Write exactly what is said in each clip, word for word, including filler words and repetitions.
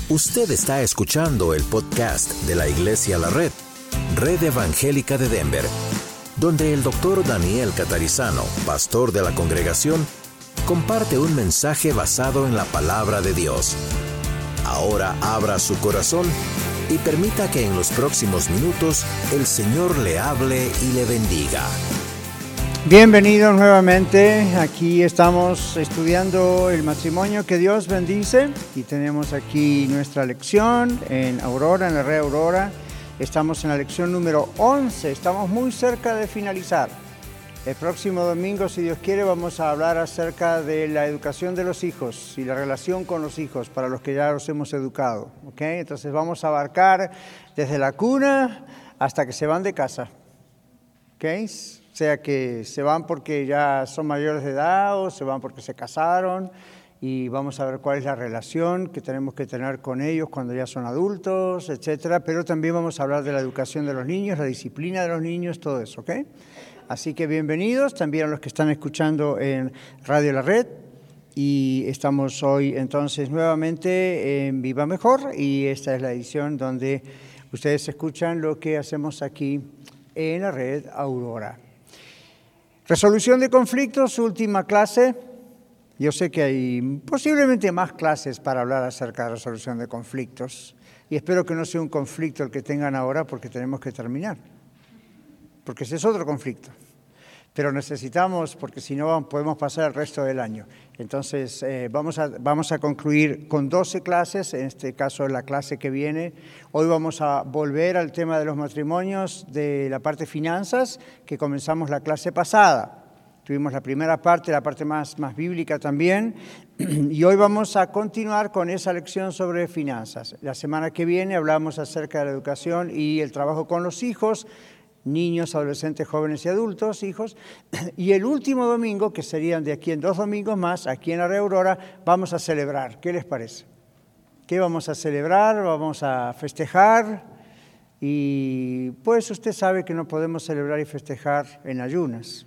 Usted está escuchando el podcast de la Iglesia La Red, Red Evangélica de Denver, donde el doctor Daniel Catarizano, pastor de la congregación, comparte un mensaje basado en la palabra de Dios. Ahora abra su corazón y permita que en los próximos minutos el Señor le hable y le bendiga. Bienvenidos nuevamente. Aquí estamos estudiando el matrimonio que Dios bendice y tenemos aquí nuestra lección en Aurora, en la Red Aurora. Estamos en la lección número once. Estamos muy cerca de finalizar. El próximo domingo, si Dios quiere, vamos a hablar acerca de la educación de los hijos y la relación con los hijos para los que ya los hemos educado. ¿Okay? Entonces vamos a abarcar desde la cuna hasta que se van de casa. ¿Okay? O sea que se van porque ya son mayores de edad o se van porque se casaron, y vamos a ver cuál es la relación que tenemos que tener con ellos cuando ya son adultos, etcétera. Pero también vamos a hablar de la educación de los niños, la disciplina de los niños, todo eso, ¿ok? Así que bienvenidos también a los que están escuchando en Radio La Red, y estamos hoy entonces nuevamente en Viva Mejor, y esta es la edición donde ustedes escuchan lo que hacemos aquí en la Red Aurora. Resolución de conflictos, última clase. Yo sé que hay posiblemente más clases para hablar acerca de resolución de conflictos, y espero que no sea un conflicto el que tengan ahora porque tenemos que terminar, porque ese es otro conflicto. Pero necesitamos, porque si no podemos pasar el resto del año. Entonces eh, vamos, a, vamos a concluir con doce clases, en este caso la clase que viene. Hoy vamos a volver al tema de los matrimonios, de la parte finanzas, que comenzamos la clase pasada. Tuvimos la primera parte, la parte más, más bíblica también, y hoy vamos a continuar con esa lección sobre finanzas. La semana que viene hablamos acerca de la educación y el trabajo con los hijos, niños, adolescentes, jóvenes y adultos, hijos. Y el último domingo, que serían de aquí en dos domingos más, aquí en la Red Aurora, vamos a celebrar. ¿Qué les parece? ¿Qué vamos a celebrar? Vamos a festejar. Y pues usted sabe que no podemos celebrar y festejar en ayunas.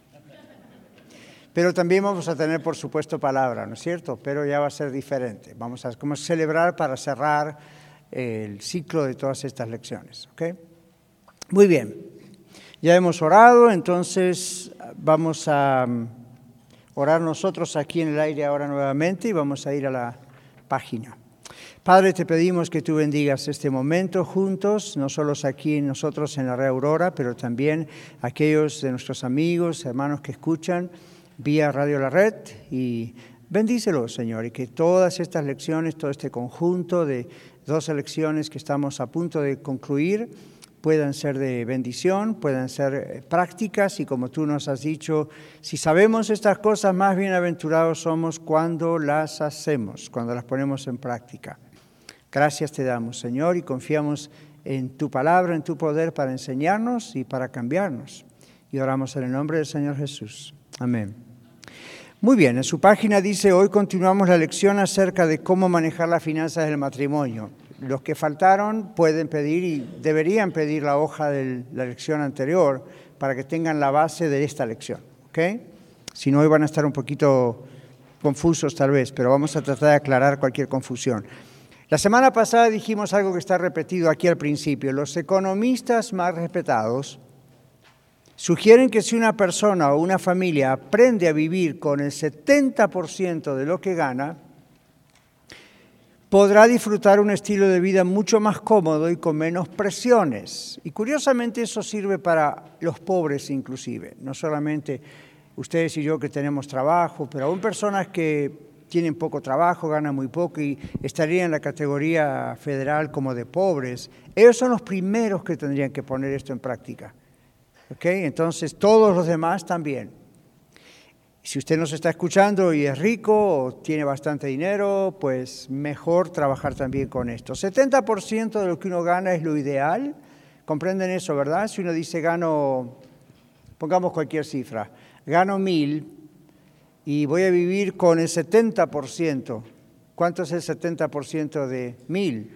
Pero también vamos a tener, por supuesto, palabra, ¿no es cierto? Pero ya va a ser diferente. Vamos a como celebrar para cerrar el ciclo de todas estas lecciones, ¿ok? Muy bien, ya hemos orado, entonces vamos a orar nosotros aquí en el aire ahora nuevamente y vamos a ir a la página. Padre, te pedimos que tú bendigas este momento juntos, no solo aquí nosotros en la Red Aurora, pero también aquellos de nuestros amigos, hermanos que escuchan vía Radio La Red, y bendícelos, Señor, y que todas estas lecciones, todo este conjunto de doce lecciones que estamos a punto de concluir, puedan ser de bendición, puedan ser prácticas, y como tú nos has dicho, si sabemos estas cosas, más bienaventurados somos cuando las hacemos, cuando las ponemos en práctica. Gracias te damos, Señor, y confiamos en tu palabra, en tu poder para enseñarnos y para cambiarnos. Y oramos en el nombre del Señor Jesús. Amén. Muy bien, en su página dice, hoy continuamos la lección acerca de cómo manejar las finanzas del matrimonio. Los que faltaron pueden pedir y deberían pedir la hoja de la lección anterior para que tengan la base de esta lección, ¿ok? Si no, hoy van a estar un poquito confusos tal vez, pero vamos a tratar de aclarar cualquier confusión. La semana pasada dijimos algo que está repetido aquí al principio. Los economistas más respetados sugieren que si una persona o una familia aprende a vivir con el setenta por ciento de lo que gana, podrá disfrutar un estilo de vida mucho más cómodo y con menos presiones. Y curiosamente eso sirve para los pobres inclusive, no solamente ustedes y yo que tenemos trabajo, pero aún personas que tienen poco trabajo, ganan muy poco y estarían en la categoría federal como de pobres. Ellos son los primeros que tendrían que poner esto en práctica. ¿Ok? Entonces todos los demás también. Si usted nos está escuchando y es rico o tiene bastante dinero, pues mejor trabajar también con esto. setenta por ciento de lo que uno gana es lo ideal. ¿Comprenden eso, verdad? Si uno dice gano, pongamos cualquier cifra, gano mil y voy a vivir con el setenta por ciento. ¿Cuánto es el setenta por ciento de mil?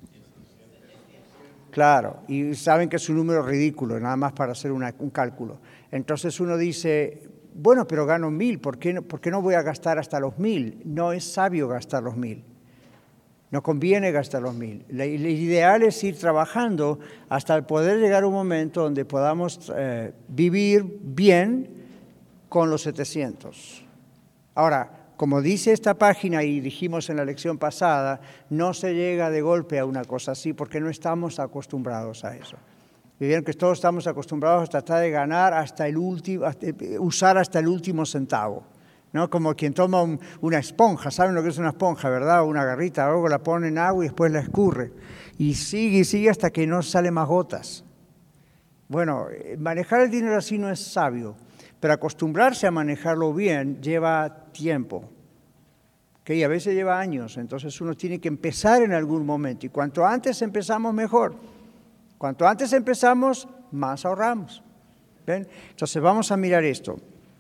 Claro, y saben que es un número ridículo, nada más para hacer una, un cálculo. Entonces uno dice, bueno, pero gano mil, ¿por qué, no, ¿por qué no voy a gastar hasta los mil? No es sabio gastar los mil. No conviene gastar los mil. El ideal es ir trabajando hasta poder llegar a un momento donde podamos eh, vivir bien con los setecientos. Ahora, como dice esta página y dijimos en la lección pasada, no se llega de golpe a una cosa así porque no estamos acostumbrados a eso. Vieron que todos estamos acostumbrados a tratar de ganar hasta el último, usar hasta el último centavo. ¿No? Como quien toma un, una esponja, ¿saben lo que es una esponja, verdad? Una garrita, luego la pone en agua y después la escurre. Y sigue y sigue hasta que no sale más gotas. Bueno, manejar el dinero así no es sabio, pero acostumbrarse a manejarlo bien lleva tiempo. ¿Okay? Y a veces lleva años, entonces uno tiene que empezar en algún momento. Y cuanto antes empezamos, mejor. Cuanto antes empezamos, más ahorramos. ¿Ven? Entonces vamos a mirar esto.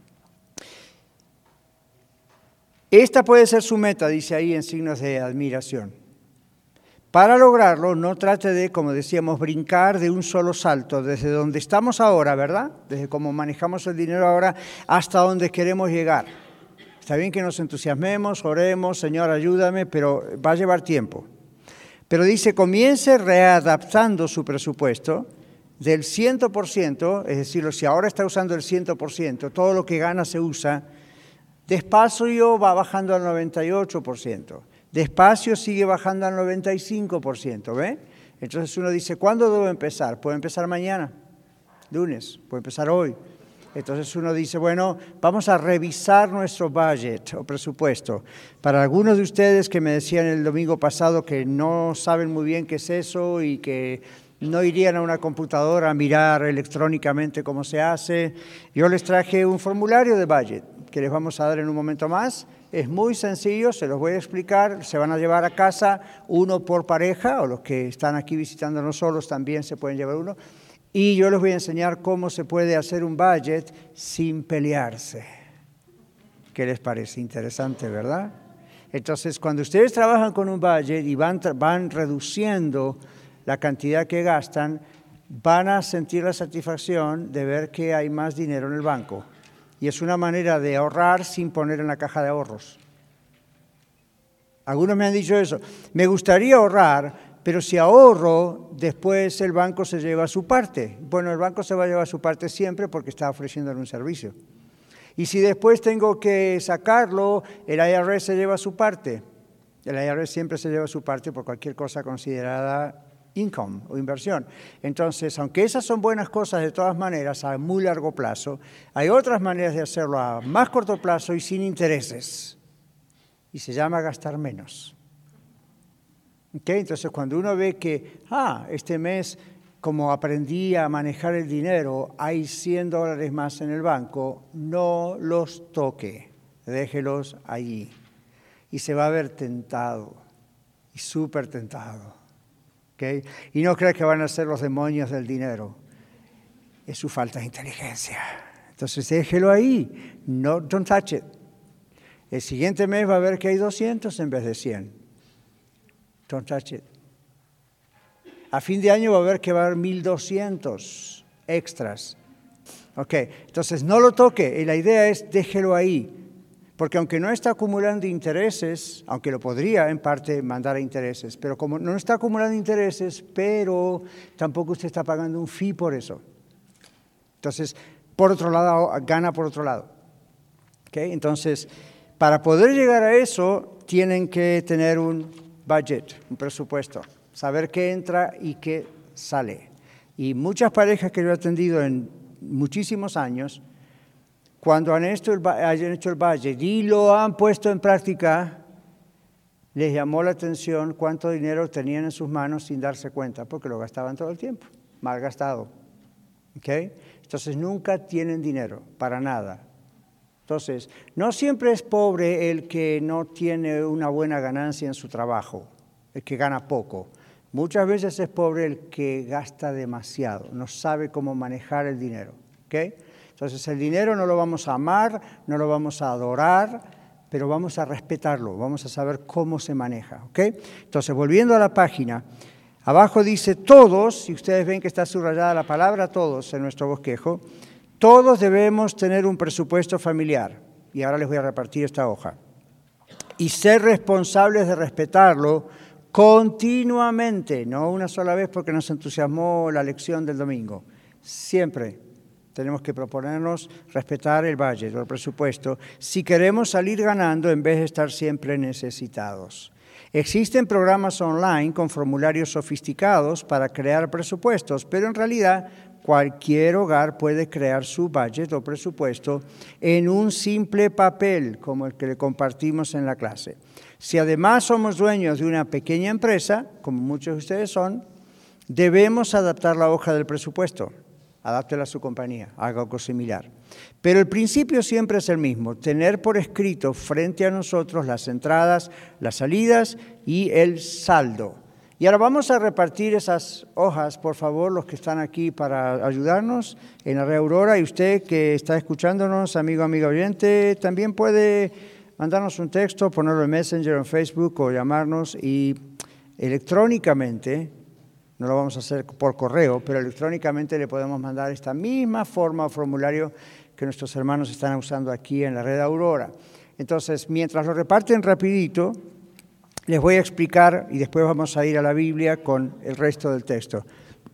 Esta puede ser su meta, dice ahí en signos de admiración. Para lograrlo, no trate de, como decíamos, brincar de un solo salto, desde donde estamos ahora, ¿verdad? Desde cómo manejamos el dinero ahora hasta donde queremos llegar. Está bien que nos entusiasmemos, oremos, Señor, ayúdame, pero va a llevar tiempo. Pero dice, comience readaptando su presupuesto del cien por ciento, es decir, si ahora está usando el cien por ciento, todo lo que gana se usa. Despacio va bajando al noventa y ocho por ciento. Despacio sigue bajando al noventa y cinco por ciento, ¿ve? Entonces uno dice, ¿cuándo debo empezar? ¿Puedo empezar mañana? Lunes. ¿Puedo empezar hoy? Entonces uno dice, bueno, vamos a revisar nuestro budget o presupuesto. Para algunos de ustedes que me decían el domingo pasado que no saben muy bien qué es eso y que no irían a una computadora a mirar electrónicamente cómo se hace, yo les traje un formulario de budget que les vamos a dar en un momento más. Es muy sencillo, se los voy a explicar. Se van a llevar a casa uno por pareja, o los que están aquí visitándonos solos también se pueden llevar uno. Y yo les voy a enseñar cómo se puede hacer un budget sin pelearse. ¿Qué les parece? Interesante, ¿verdad? Entonces, cuando ustedes trabajan con un budget y van, van reduciendo la cantidad que gastan, van a sentir la satisfacción de ver que hay más dinero en el banco. Y es una manera de ahorrar sin poner en la caja de ahorros. Algunos me han dicho eso. Me gustaría ahorrar, pero si ahorro, después el banco se lleva su parte. Bueno, el banco se va a llevar su parte siempre porque está ofreciéndole un servicio. Y si después tengo que sacarlo, el I R S se lleva su parte. El I R S siempre se lleva su parte por cualquier cosa considerada income o inversión. Entonces, aunque esas son buenas cosas de todas maneras a muy largo plazo, hay otras maneras de hacerlo a más corto plazo y sin intereses. Y se llama gastar menos. ¿Okay? Entonces, cuando uno ve que, ah, este mes, como aprendí a manejar el dinero, hay cien dólares más en el banco, no los toque, déjelos allí. Y se va a ver tentado, y súper tentado. ¿Okay? Y no crea que van a ser los demonios del dinero. Es su falta de inteligencia. Entonces déjelo ahí. No, don't touch it. El siguiente mes va a ver que hay doscientos en vez de cien. Don't touch it. A fin de año va a ver que va a haber mil doscientos extras. Ok, entonces no lo toque. Y la idea es déjelo ahí. Porque aunque no está acumulando intereses, aunque lo podría en parte mandar a intereses, pero como no está acumulando intereses, pero tampoco usted está pagando un fee por eso. Entonces, por otro lado, gana por otro lado. ¿Okay? Entonces, para poder llegar a eso, tienen que tener un budget, un presupuesto, saber qué entra y qué sale. Y muchas parejas que yo he atendido en muchísimos años, cuando han hecho, el, hayan hecho el budget y lo han puesto en práctica, les llamó la atención cuánto dinero tenían en sus manos sin darse cuenta, porque lo gastaban todo el tiempo, mal gastado. ¿Okay? Entonces, nunca tienen dinero, para nada. Entonces, no siempre es pobre el que no tiene una buena ganancia en su trabajo, el que gana poco. Muchas veces es pobre el que gasta demasiado, no sabe cómo manejar el dinero. ¿Okay? Entonces, el dinero no lo vamos a amar, no lo vamos a adorar, pero vamos a respetarlo, vamos a saber cómo se maneja. ¿Okay? Entonces, volviendo a la página, abajo dice todos, y ustedes ven que está subrayada la palabra todos en nuestro bosquejo, todos debemos tener un presupuesto familiar. Y ahora les voy a repartir esta hoja. Y ser responsables de respetarlo continuamente, no una sola vez porque nos entusiasmó la lección del domingo. Siempre tenemos que proponernos respetar el budget, el presupuesto, si queremos salir ganando en vez de estar siempre necesitados. Existen programas online con formularios sofisticados para crear presupuestos, pero en realidad cualquier hogar puede crear su budget o presupuesto en un simple papel, como el que le compartimos en la clase. Si además somos dueños de una pequeña empresa, como muchos de ustedes son, debemos adaptar la hoja del presupuesto. Adáptela a su compañía, haga algo similar. Pero el principio siempre es el mismo, tener por escrito frente a nosotros las entradas, las salidas y el saldo. Y ahora vamos a repartir esas hojas, por favor, los que están aquí para ayudarnos en la Red Aurora. Y usted que está escuchándonos, amigo, amiga oyente, también puede mandarnos un texto, ponerlo en Messenger, en Facebook o llamarnos y electrónicamente. No lo vamos a hacer por correo, pero electrónicamente le podemos mandar esta misma forma o formulario que nuestros hermanos están usando aquí en la Red Aurora. Entonces, mientras lo reparten rapidito, les voy a explicar y después vamos a ir a la Biblia con el resto del texto.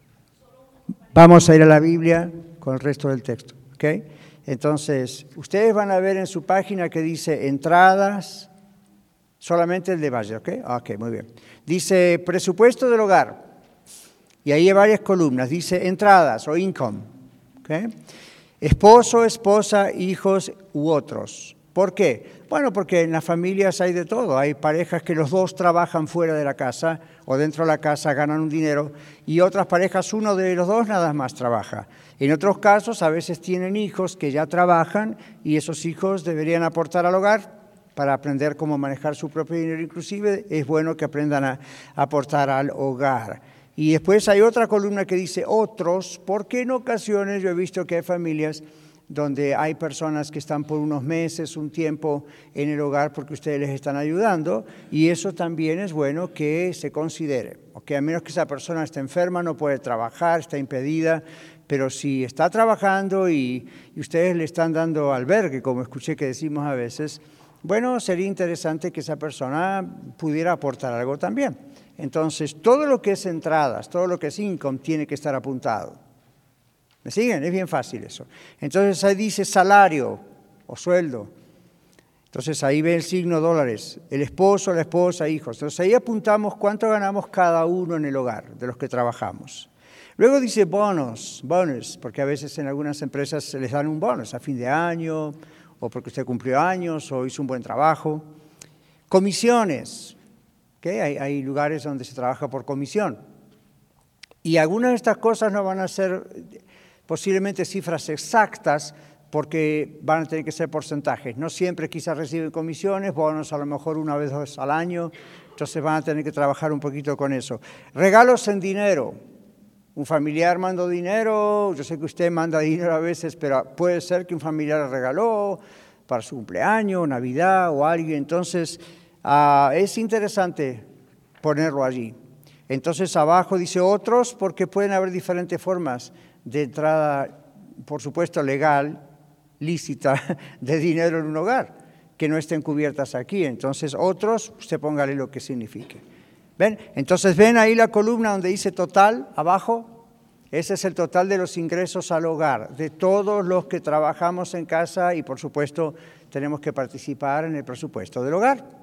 Vamos a ir a la Biblia con el resto del texto, ¿ok? Entonces, ustedes van a ver en su página que dice entradas, solamente el de Valle, ¿ok? Ok, muy bien. Dice presupuesto del hogar. Y ahí hay varias columnas, dice entradas o income, ¿okay? Esposo, esposa, hijos u otros. ¿Por qué? Bueno, porque en las familias hay de todo. Hay parejas que los dos trabajan fuera de la casa o dentro de la casa ganan un dinero y otras parejas uno de los dos nada más trabaja. En otros casos a veces tienen hijos que ya trabajan y esos hijos deberían aportar al hogar para aprender cómo manejar su propio dinero. Inclusive es bueno que aprendan a aportar al hogar. Y después hay otra columna que dice otros, porque en ocasiones yo he visto que hay familias donde hay personas que están por unos meses, un tiempo en el hogar porque ustedes les están ayudando y eso también es bueno que se considere. Okay, a menos que esa persona esté enferma, no puede trabajar, está impedida, pero si está trabajando y, y ustedes le están dando albergue, como escuché que decimos a veces, bueno, sería interesante que esa persona pudiera aportar algo también. Entonces, todo lo que es entradas, todo lo que es income tiene que estar apuntado. ¿Me siguen? Es bien fácil eso. Entonces, ahí dice salario o sueldo. Entonces, ahí ve el signo dólares. El esposo, la esposa, hijos. Entonces, ahí apuntamos cuánto ganamos cada uno en el hogar de los que trabajamos. Luego dice bonos, bonus, porque a veces en algunas empresas se les dan un bonus a fin de año, o porque usted cumplió años, o hizo un buen trabajo. Comisiones. Okay, hay, hay lugares donde se trabaja por comisión. Y algunas de estas cosas no van a ser posiblemente cifras exactas porque van a tener que ser porcentajes. No siempre quizás reciben comisiones, bonos a lo mejor una vez o dos al año, entonces van a tener que trabajar un poquito con eso. Regalos en dinero. Un familiar mandó dinero, yo sé que usted manda dinero a veces, pero puede ser que un familiar le regaló para su cumpleaños, Navidad o alguien, entonces... Uh, es interesante ponerlo allí. Entonces abajo dice otros porque pueden haber diferentes formas de entrada, por supuesto legal, lícita, de dinero en un hogar, que no estén cubiertas aquí. Entonces otros, usted póngale lo que signifique. ¿Ven? Entonces ven ahí la columna donde dice total, abajo. Ese es el total de los ingresos al hogar, de todos los que trabajamos en casa y por supuesto tenemos que participar en el presupuesto del hogar.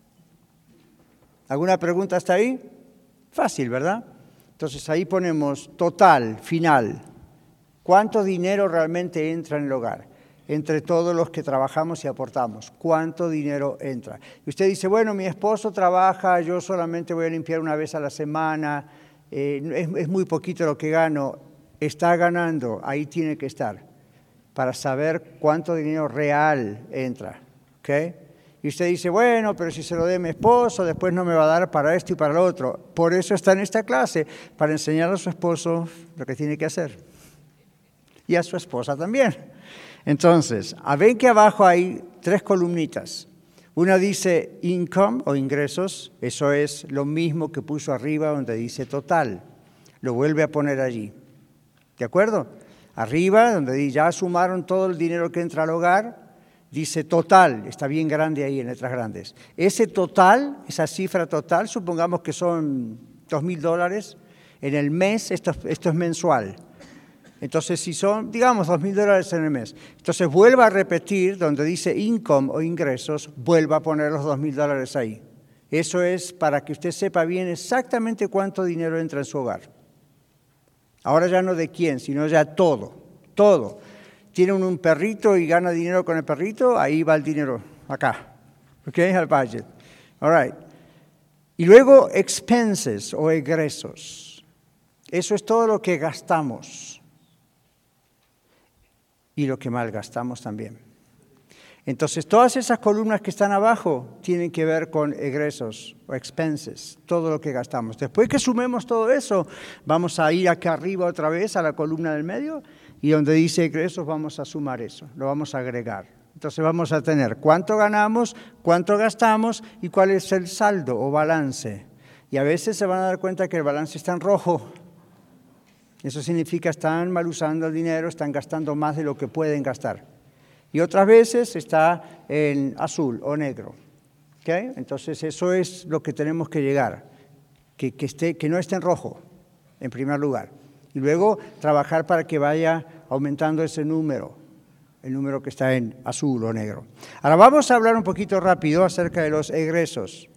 ¿Alguna pregunta hasta ahí? Fácil, ¿verdad? Entonces ahí ponemos total, final. ¿Cuánto dinero realmente entra en el hogar? Entre todos los que trabajamos y aportamos. ¿Cuánto dinero entra? Y usted dice, bueno, mi esposo trabaja, yo solamente voy a limpiar una vez a la semana, eh, es, es muy poquito lo que gano. Está ganando, ahí tiene que estar, para saber cuánto dinero real entra. ¿Ok? Y usted dice, bueno, pero si se lo dé a mi esposo, después no me va a dar para esto y para lo otro. Por eso está en esta clase, para enseñar a su esposo lo que tiene que hacer. Y a su esposa también. Entonces, ven que abajo hay tres columnitas. Una dice income o ingresos, eso es lo mismo que puso arriba donde dice total. Lo vuelve a poner allí. ¿De acuerdo? Arriba, donde ya sumaron todo el dinero que entra al hogar, dice total, está bien grande ahí en letras grandes. Ese total, esa cifra total, supongamos que son dos mil dólares en el mes, esto, esto es mensual. Entonces, si son, digamos, dos mil dólares en el mes, entonces vuelva a repetir, donde dice income o ingresos, vuelva a poner los dos mil dólares ahí. Eso es para que usted sepa bien exactamente cuánto dinero entra en su hogar. Ahora ya no de quién, sino ya todo, todo. Tiene uno un perrito y gana dinero con el perrito, ahí va el dinero, acá. ¿Ok? Al budget. All right. Y luego expenses o egresos. Eso es todo lo que gastamos. Y lo que malgastamos también. Entonces, todas esas columnas que están abajo tienen que ver con egresos o expenses, todo lo que gastamos. Después que sumemos todo eso, vamos a ir acá arriba otra vez a la columna del medio y donde dice egresos vamos a sumar eso, lo vamos a agregar. Entonces vamos a tener cuánto ganamos, cuánto gastamos y cuál es el saldo o balance. Y a veces se van a dar cuenta que el balance está en rojo. Eso significa que están mal usando el dinero, están gastando más de lo que pueden gastar. Y otras veces está en azul o negro. ¿Okay? Entonces eso es lo que tenemos que llegar, que, que, esté, que no esté en rojo, en primer lugar. Y luego trabajar para que vaya aumentando ese número, el número que está en azul o negro. Ahora vamos a hablar un poquito rápido acerca de los egresos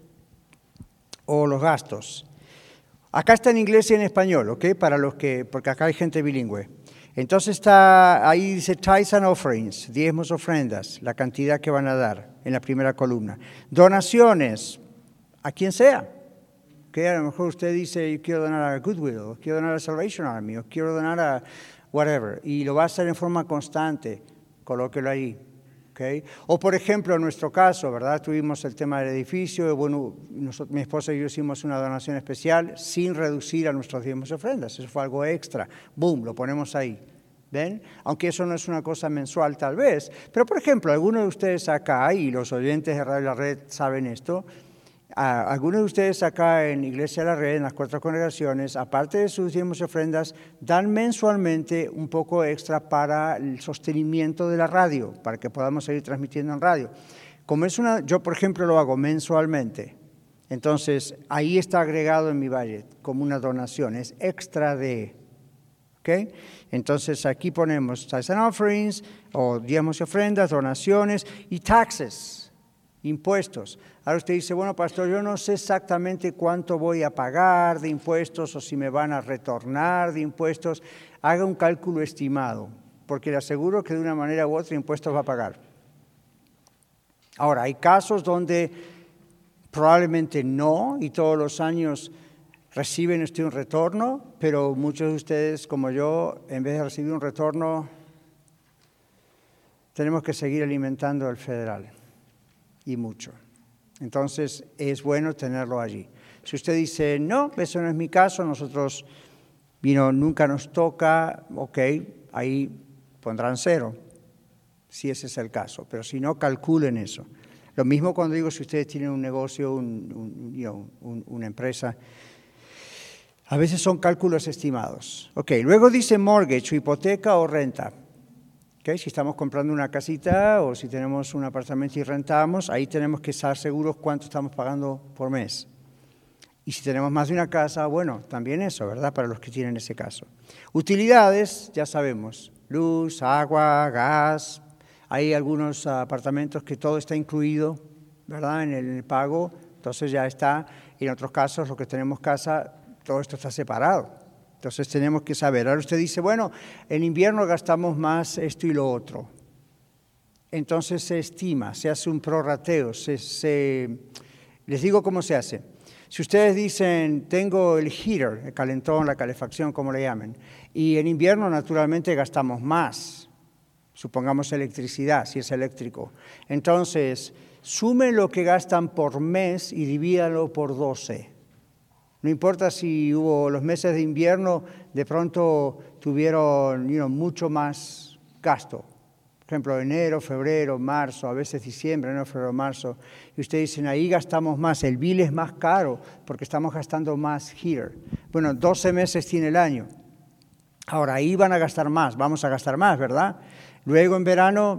o los gastos. Acá está en inglés y en español, ¿ok? Para los que, porque acá hay gente bilingüe. Entonces está, ahí dice tithes and offerings, diezmos, ofrendas, la cantidad que van a dar en la primera columna. Donaciones, a quien sea. Que a lo mejor usted dice, yo quiero donar a Goodwill, o quiero donar a Salvation Army, o quiero donar a whatever. Y lo va a hacer en forma constante, colóquelo ahí. Okay. O por ejemplo, en nuestro caso, ¿verdad? Tuvimos el tema del edificio, bueno, nosotros, mi esposa y yo hicimos una donación especial sin reducir a nuestros diezmos y ofrendas. Eso fue algo extra. Boom, lo ponemos ahí. ¿Ven? Aunque eso no es una cosa mensual tal vez. Pero por ejemplo, algunos de ustedes acá, y los oyentes de Radio La Red saben esto, a, algunos de ustedes acá en Iglesia La Red, en las cuatro congregaciones, aparte de sus diezmos y ofrendas, dan mensualmente un poco extra para el sostenimiento de la radio, para que podamos seguir transmitiendo en radio. Como es una, yo por ejemplo lo hago mensualmente, entonces ahí está agregado en mi budget como una donación, es extra de, ¿ok? Entonces aquí ponemos tithes and offerings, o diezmos y ofrendas, donaciones y taxes, impuestos. Ahora usted dice, bueno, pastor, yo no sé exactamente cuánto voy a pagar de impuestos o si me van a retornar de impuestos. Haga un cálculo estimado, porque le aseguro que de una manera u otra impuestos va a pagar. Ahora, hay casos donde probablemente no, y todos los años reciben usted un retorno, pero muchos de ustedes, como yo, en vez de recibir un retorno, tenemos que seguir alimentando el federal, y mucho. Entonces, es bueno tenerlo allí. Si usted dice, no, eso no es mi caso, nosotros, you know, nunca nos toca, ok, ahí pondrán cero, si ese es el caso. Pero si no, calculen eso. Lo mismo cuando digo, si ustedes tienen un negocio, un, un, you know, un, una empresa, a veces son cálculos estimados. Ok, luego dice mortgage, o hipoteca o renta. Okay, si estamos comprando una casita o si tenemos un apartamento y rentamos, ahí tenemos que estar seguros cuánto estamos pagando por mes. Y si tenemos más de una casa, bueno, también eso, ¿verdad? Para los que tienen ese caso. Utilidades, ya sabemos, luz, agua, gas. Hay algunos apartamentos que todo está incluido, ¿verdad? En el, en el pago, entonces ya está. Y en otros casos, los que tenemos casa, todo esto está separado. Entonces tenemos que saber. Ahora usted dice, bueno, en invierno gastamos más esto y lo otro. Entonces se estima, se hace un prorrateo. Se, se, les digo cómo se hace. Si ustedes dicen, tengo el heater, el calentón, la calefacción, como le llamen, y en invierno naturalmente gastamos más, supongamos electricidad, si es eléctrico. Entonces, sumen lo que gastan por mes y divídalo por doce. No importa si hubo los meses de invierno, de pronto tuvieron you know, mucho más gasto. Por ejemplo, enero, febrero, marzo, a veces diciembre, enero, febrero, marzo. Y ustedes dicen, ahí gastamos más, el bill es más caro porque estamos gastando más heater. Bueno, doce meses tiene el año. Ahora, ahí van a gastar más, vamos a gastar más, ¿verdad? Luego en verano,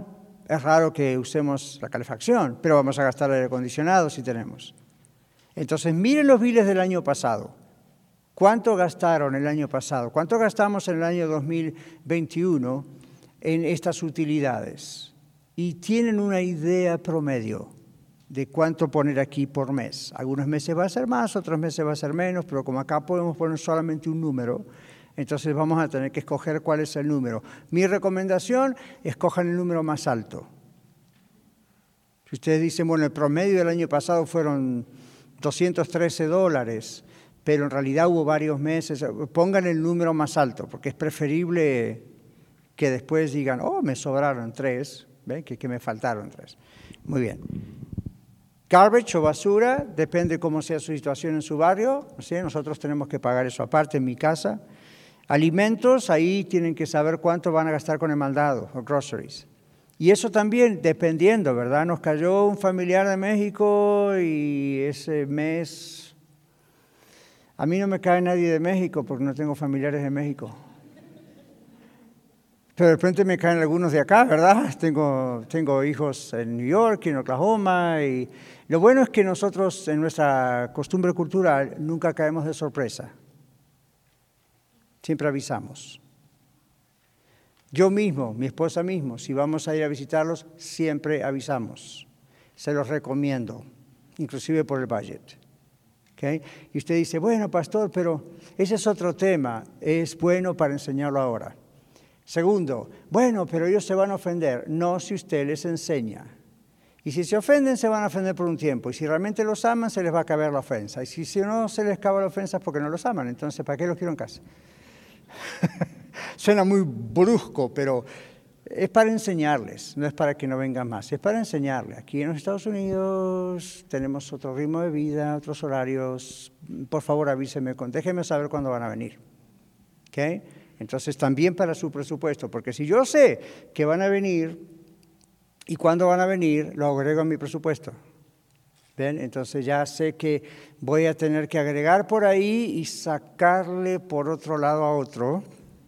Es raro que usemos la calefacción, pero vamos a gastar el aire acondicionado si tenemos. Entonces, miren los biles del año pasado. ¿Cuánto gastaron el año pasado? ¿Cuánto gastamos en el año dos mil veintiuno en estas utilidades? Y tienen una idea promedio de cuánto poner aquí por mes. Algunos meses va a ser más, otros meses va a ser menos, pero como acá podemos poner solamente un número, entonces vamos a tener que escoger cuál es el número. Mi recomendación, escojan el número más alto. Si ustedes dicen, bueno, el promedio del año pasado fueron doscientos trece dólares, pero en realidad hubo varios meses, pongan el número más alto, porque es preferible que después digan, oh, me sobraron tres, ¿ven? Que, que me faltaron tres. Muy bien. Garbage o basura, depende cómo sea su situación en su barrio, ¿sí? Nosotros tenemos que pagar eso aparte en mi casa. Alimentos, ahí tienen que saber cuánto van a gastar con el mandado, o groceries. Y eso también, dependiendo, ¿verdad? Nos cayó un familiar de México y ese mes... A mí no me cae nadie de México porque no tengo familiares de México. Pero de repente me caen algunos de acá, ¿verdad? Tengo, tengo hijos en New York y en Oklahoma. Y lo bueno es que nosotros, en nuestra costumbre cultural, nunca caemos de sorpresa. Siempre avisamos. Yo mismo, mi esposa mismo, si vamos a ir a visitarlos, siempre avisamos. Se los recomiendo, inclusive por el budget. ¿Okay? Y usted dice, bueno, pastor, pero ese es otro tema. Es bueno para enseñarlo ahora. Segundo, bueno, pero ellos se van a ofender. No si usted les enseña. Y si se ofenden, se van a ofender por un tiempo. Y si realmente los aman, se les va a caber la ofensa. Y si, si no se les cabe la ofensa es porque no los aman. Entonces, ¿para qué los quiero en casa? Suena muy brusco, pero es para enseñarles, no es para que no vengan más, es para enseñarles. Aquí en los Estados Unidos tenemos otro ritmo de vida, otros horarios. Por favor, avíseme, déjenme saber cuándo van a venir. ¿Okay? Entonces, también para su presupuesto, porque si yo sé que van a venir y cuándo van a venir, lo agrego en mi presupuesto. ¿Ven? Entonces ya sé que voy a tener que agregar por ahí y sacarle por otro lado a otro,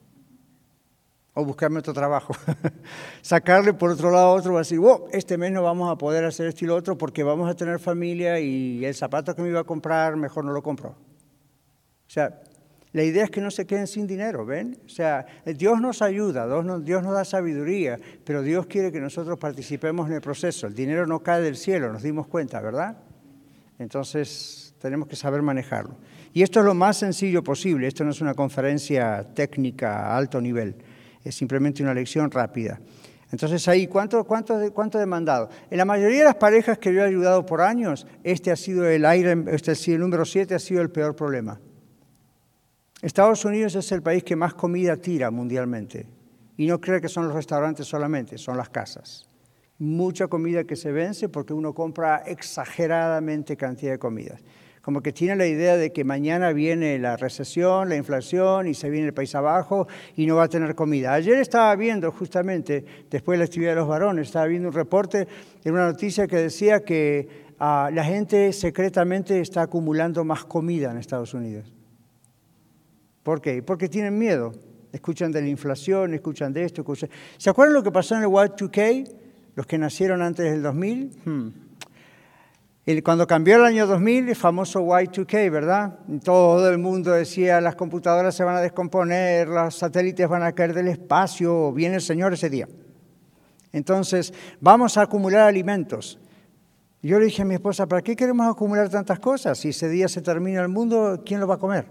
o buscarme otro trabajo. Sacarle por otro lado a otro, va a decir, oh, este mes no vamos a poder hacer esto y lo otro porque vamos a tener familia y el zapato que me iba a comprar, mejor no lo compro. O sea, la idea es que no se queden sin dinero, ¿ven? O sea, Dios nos ayuda, Dios nos, Dios nos da sabiduría, pero Dios quiere que nosotros participemos en el proceso. El dinero no cae del cielo, nos dimos cuenta, ¿verdad? Entonces, tenemos que saber manejarlo. Y esto es lo más sencillo posible. Esto no es una conferencia técnica a alto nivel. Es simplemente una lección rápida. Entonces, ahí, ¿cuánto, cuánto, cuánto demandado? En la mayoría de las parejas que yo he ayudado por años, este ha sido el aire, este ha sido el número siete, ha sido el peor problema. Estados Unidos es el país que más comida tira mundialmente. Y no creo que son los restaurantes solamente, son las casas. Mucha comida que se vence porque uno compra exageradamente cantidad de comidas. Como que tiene la idea de que mañana viene la recesión, la inflación y se viene el país abajo y no va a tener comida. Ayer estaba viendo justamente, después de la actividad de los varones, estaba viendo un reporte en una noticia que decía que uh, la gente secretamente está acumulando más comida en Estados Unidos. ¿Por qué? Porque tienen miedo. Escuchan de la inflación, escuchan de esto, escuchan... ¿Se acuerdan lo que pasó en el Y dos K? Los que nacieron antes del dos mil. Hmm. El, cuando cambió el año dos mil, el famoso Y dos K, ¿verdad? Todo el mundo decía, las computadoras se van a descomponer, los satélites van a caer del espacio, viene el Señor ese día. Entonces, vamos a acumular alimentos. Yo le dije a mi esposa, ¿para qué queremos acumular tantas cosas? Si ese día se termina el mundo, ¿quién lo va a comer?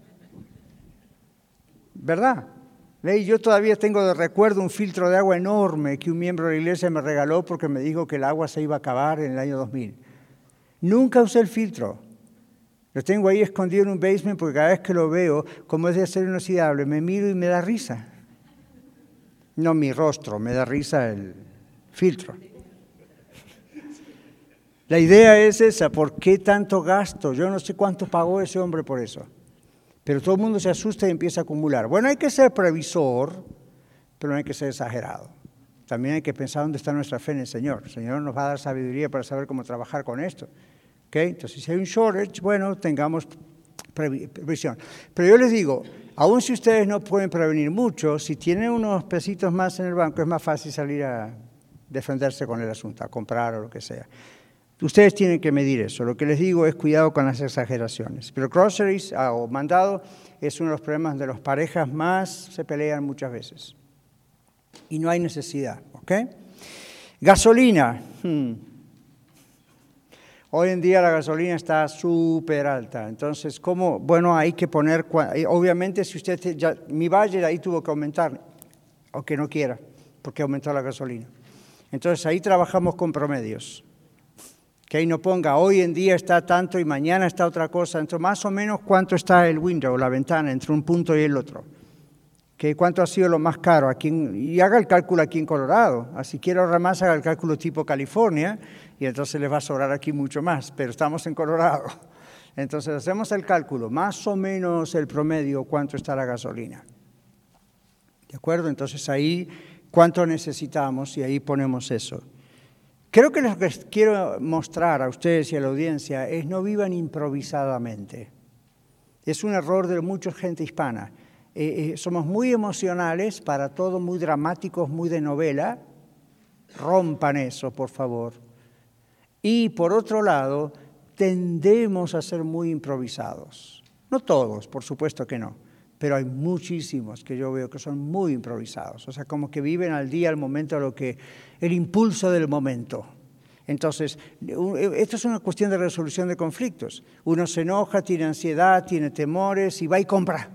¿Verdad? ¿Ve? Yo todavía tengo de recuerdo un filtro de agua enorme que un miembro de la iglesia me regaló porque me dijo que el agua se iba a acabar en el año dos mil. Nunca usé el filtro. Lo tengo ahí escondido en un basement porque cada vez que lo veo, como es de acero inoxidable, me miro y me da risa. No mi rostro, me da risa el filtro. La idea es esa, ¿por qué tanto gasto? Yo no sé cuánto pagó ese hombre por eso. Pero todo el mundo se asusta y empieza a acumular. Bueno, hay que ser previsor, pero no hay que ser exagerado. También hay que pensar dónde está nuestra fe en el Señor. El Señor nos va a dar sabiduría para saber cómo trabajar con esto. ¿Okay? Entonces, si hay un shortage, bueno, tengamos previsión. Pero yo les digo, aun si ustedes no pueden prevenir mucho, si tienen unos pesitos más en el banco, es más fácil salir a defenderse con el asunto, a comprar o lo que sea. Ustedes tienen que medir eso. Lo que les digo es cuidado con las exageraciones. Pero groceries ah, o mandado es uno de los problemas de las parejas más se pelean muchas veces. Y no hay necesidad, ¿ok? Gasolina. Hmm. Hoy en día la gasolina está súper alta. Entonces, ¿cómo? Bueno, hay que poner... Obviamente, si usted... Ya, mi budget ahí tuvo que aumentar, aunque no quiera, porque aumentó la gasolina. Entonces, ahí trabajamos con promedios. Que ahí no ponga, hoy en día está tanto y mañana está otra cosa. Entonces, más o menos, ¿cuánto está el window, la ventana, entre un punto y el otro? ¿Qué, ¿Cuánto ha sido lo más caro? Aquí en, y haga el cálculo aquí en Colorado. Así quiero ahorrar más, haga el cálculo tipo California, y entonces les va a sobrar aquí mucho más, pero estamos en Colorado. Entonces, hacemos el cálculo, más o menos el promedio, ¿cuánto está la gasolina? ¿De acuerdo? Entonces, ahí, ¿cuánto necesitamos? Y ahí ponemos eso. Creo que lo que quiero mostrar a ustedes y a la audiencia es no vivan improvisadamente. Es un error de mucha gente hispana. Eh, eh, somos muy emocionales para todo, muy dramáticos, muy de novela. Rompan eso, por favor. Y por otro lado, tendemos a ser muy improvisados. No todos, por supuesto que no, pero hay muchísimos que yo veo que son muy improvisados. O sea, como que viven al día, al momento, lo que, el impulso del momento. Entonces, esto es una cuestión de resolución de conflictos. Uno se enoja, tiene ansiedad, tiene temores y va y compra.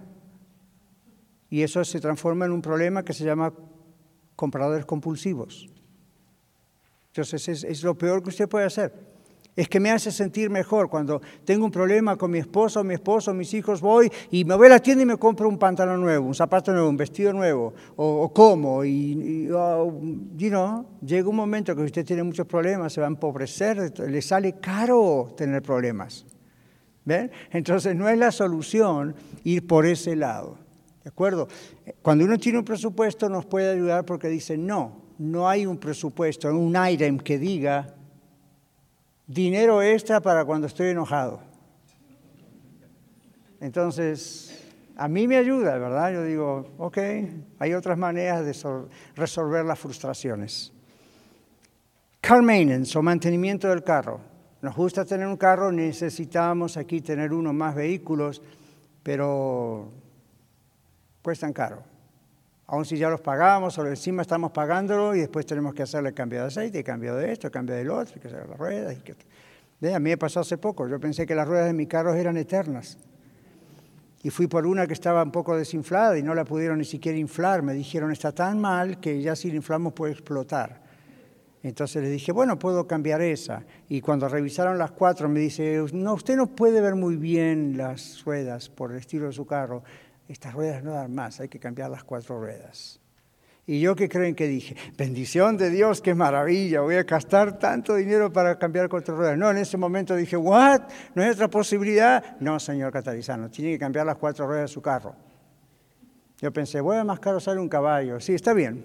Y eso se transforma en un problema que se llama compradores compulsivos. Entonces, es, es lo peor que usted puede hacer. Es que me hace sentir mejor cuando tengo un problema con mi esposa o mi esposo, mis hijos, voy y me voy a la tienda y me compro un pantalón nuevo, un zapato nuevo, un vestido nuevo, o, o como, y, y uh, you know, llega un momento que usted tiene muchos problemas, se va a empobrecer, le sale caro tener problemas. ¿Ven? Entonces, no es la solución ir por ese lado. ¿De acuerdo? Cuando uno tiene un presupuesto nos puede ayudar porque dice, no, no hay un presupuesto, un item que diga dinero extra para cuando estoy enojado. Entonces, a mí me ayuda, ¿verdad? Yo digo, ok, hay otras maneras de sol- resolver las frustraciones. Car maintenance o mantenimiento del carro. Nos gusta tener un carro, necesitamos aquí tener uno más vehículos, pero cuestan caro. Aun si ya los pagamos o encima estamos pagándolo y después tenemos que hacerle cambio de aceite, cambio de esto, cambio del otro, hay que hacer las ruedas. Y que... ¿De? A mí me pasó hace poco, yo pensé que las ruedas de mi carro eran eternas. Y fui por una que estaba un poco desinflada y no la pudieron ni siquiera inflar. Me dijeron, está tan mal que ya si la inflamos puede explotar. Entonces le dije, bueno, puedo cambiar esa. Y cuando revisaron las cuatro me dice, no, usted no puede ver muy bien las ruedas por el estilo de su carro. Estas ruedas no dan más, hay que cambiar las cuatro ruedas. ¿Y yo qué creen que dije? Bendición de Dios, qué maravilla, voy a gastar tanto dinero para cambiar cuatro ruedas. No, en ese momento dije, ¿what? ¿No hay otra posibilidad? No, señor Catarizano, tiene que cambiar las cuatro ruedas de su carro. Yo pensé, bueno, más caro sale un caballo. Sí, está bien.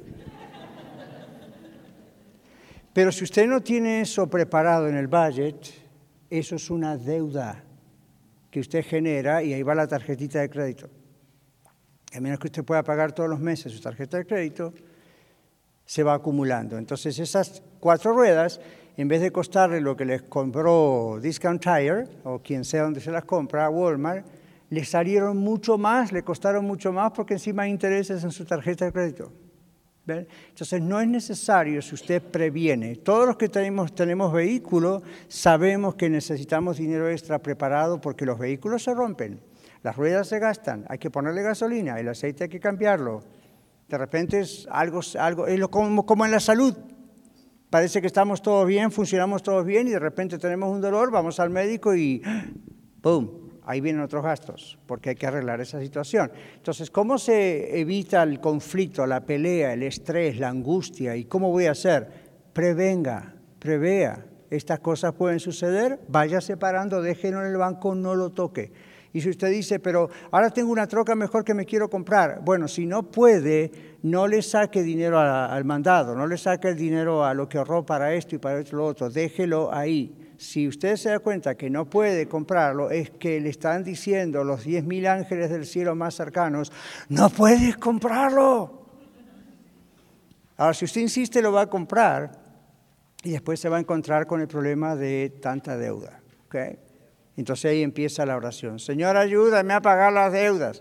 Pero si usted no tiene eso preparado en el budget, eso es una deuda que usted genera y ahí va la tarjetita de crédito. A menos que usted pueda pagar todos los meses su tarjeta de crédito, se va acumulando. Entonces, esas cuatro ruedas, en vez de costarle lo que les compró Discount Tire, o quien sea donde se las compra, Walmart, le salieron mucho más, le costaron mucho más porque encima hay intereses en su tarjeta de crédito. ¿Ven? Entonces, no es necesario si usted previene. Todos los que tenemos, tenemos vehículo sabemos que necesitamos dinero extra preparado porque los vehículos se rompen. Las ruedas se gastan, hay que ponerle gasolina, el aceite hay que cambiarlo. De repente es algo, algo es lo, como, como en la salud. Parece que estamos todos bien, funcionamos todos bien y de repente tenemos un dolor, vamos al médico y ¡pum! Ahí vienen otros gastos, porque hay que arreglar esa situación. Entonces, ¿cómo se evita el conflicto, la pelea, el estrés, la angustia? ¿Y cómo voy a hacer? Prevenga, prevea. Estas cosas pueden suceder, vaya separando, déjelo en el banco, no lo toque. Y si usted dice, pero ahora tengo una troca mejor que me quiero comprar. Bueno, si no puede, no le saque dinero a, al mandado, no le saque el dinero a lo que ahorró para esto y para esto lo otro, déjelo ahí. Si usted se da cuenta que no puede comprarlo, es que le están diciendo los diez mil ángeles del cielo más cercanos, no puedes comprarlo. Ahora, si usted insiste, lo va a comprar y después se va a encontrar con el problema de tanta deuda. ¿Okay? Entonces ahí empieza la oración. Señor, ayúdame a pagar las deudas.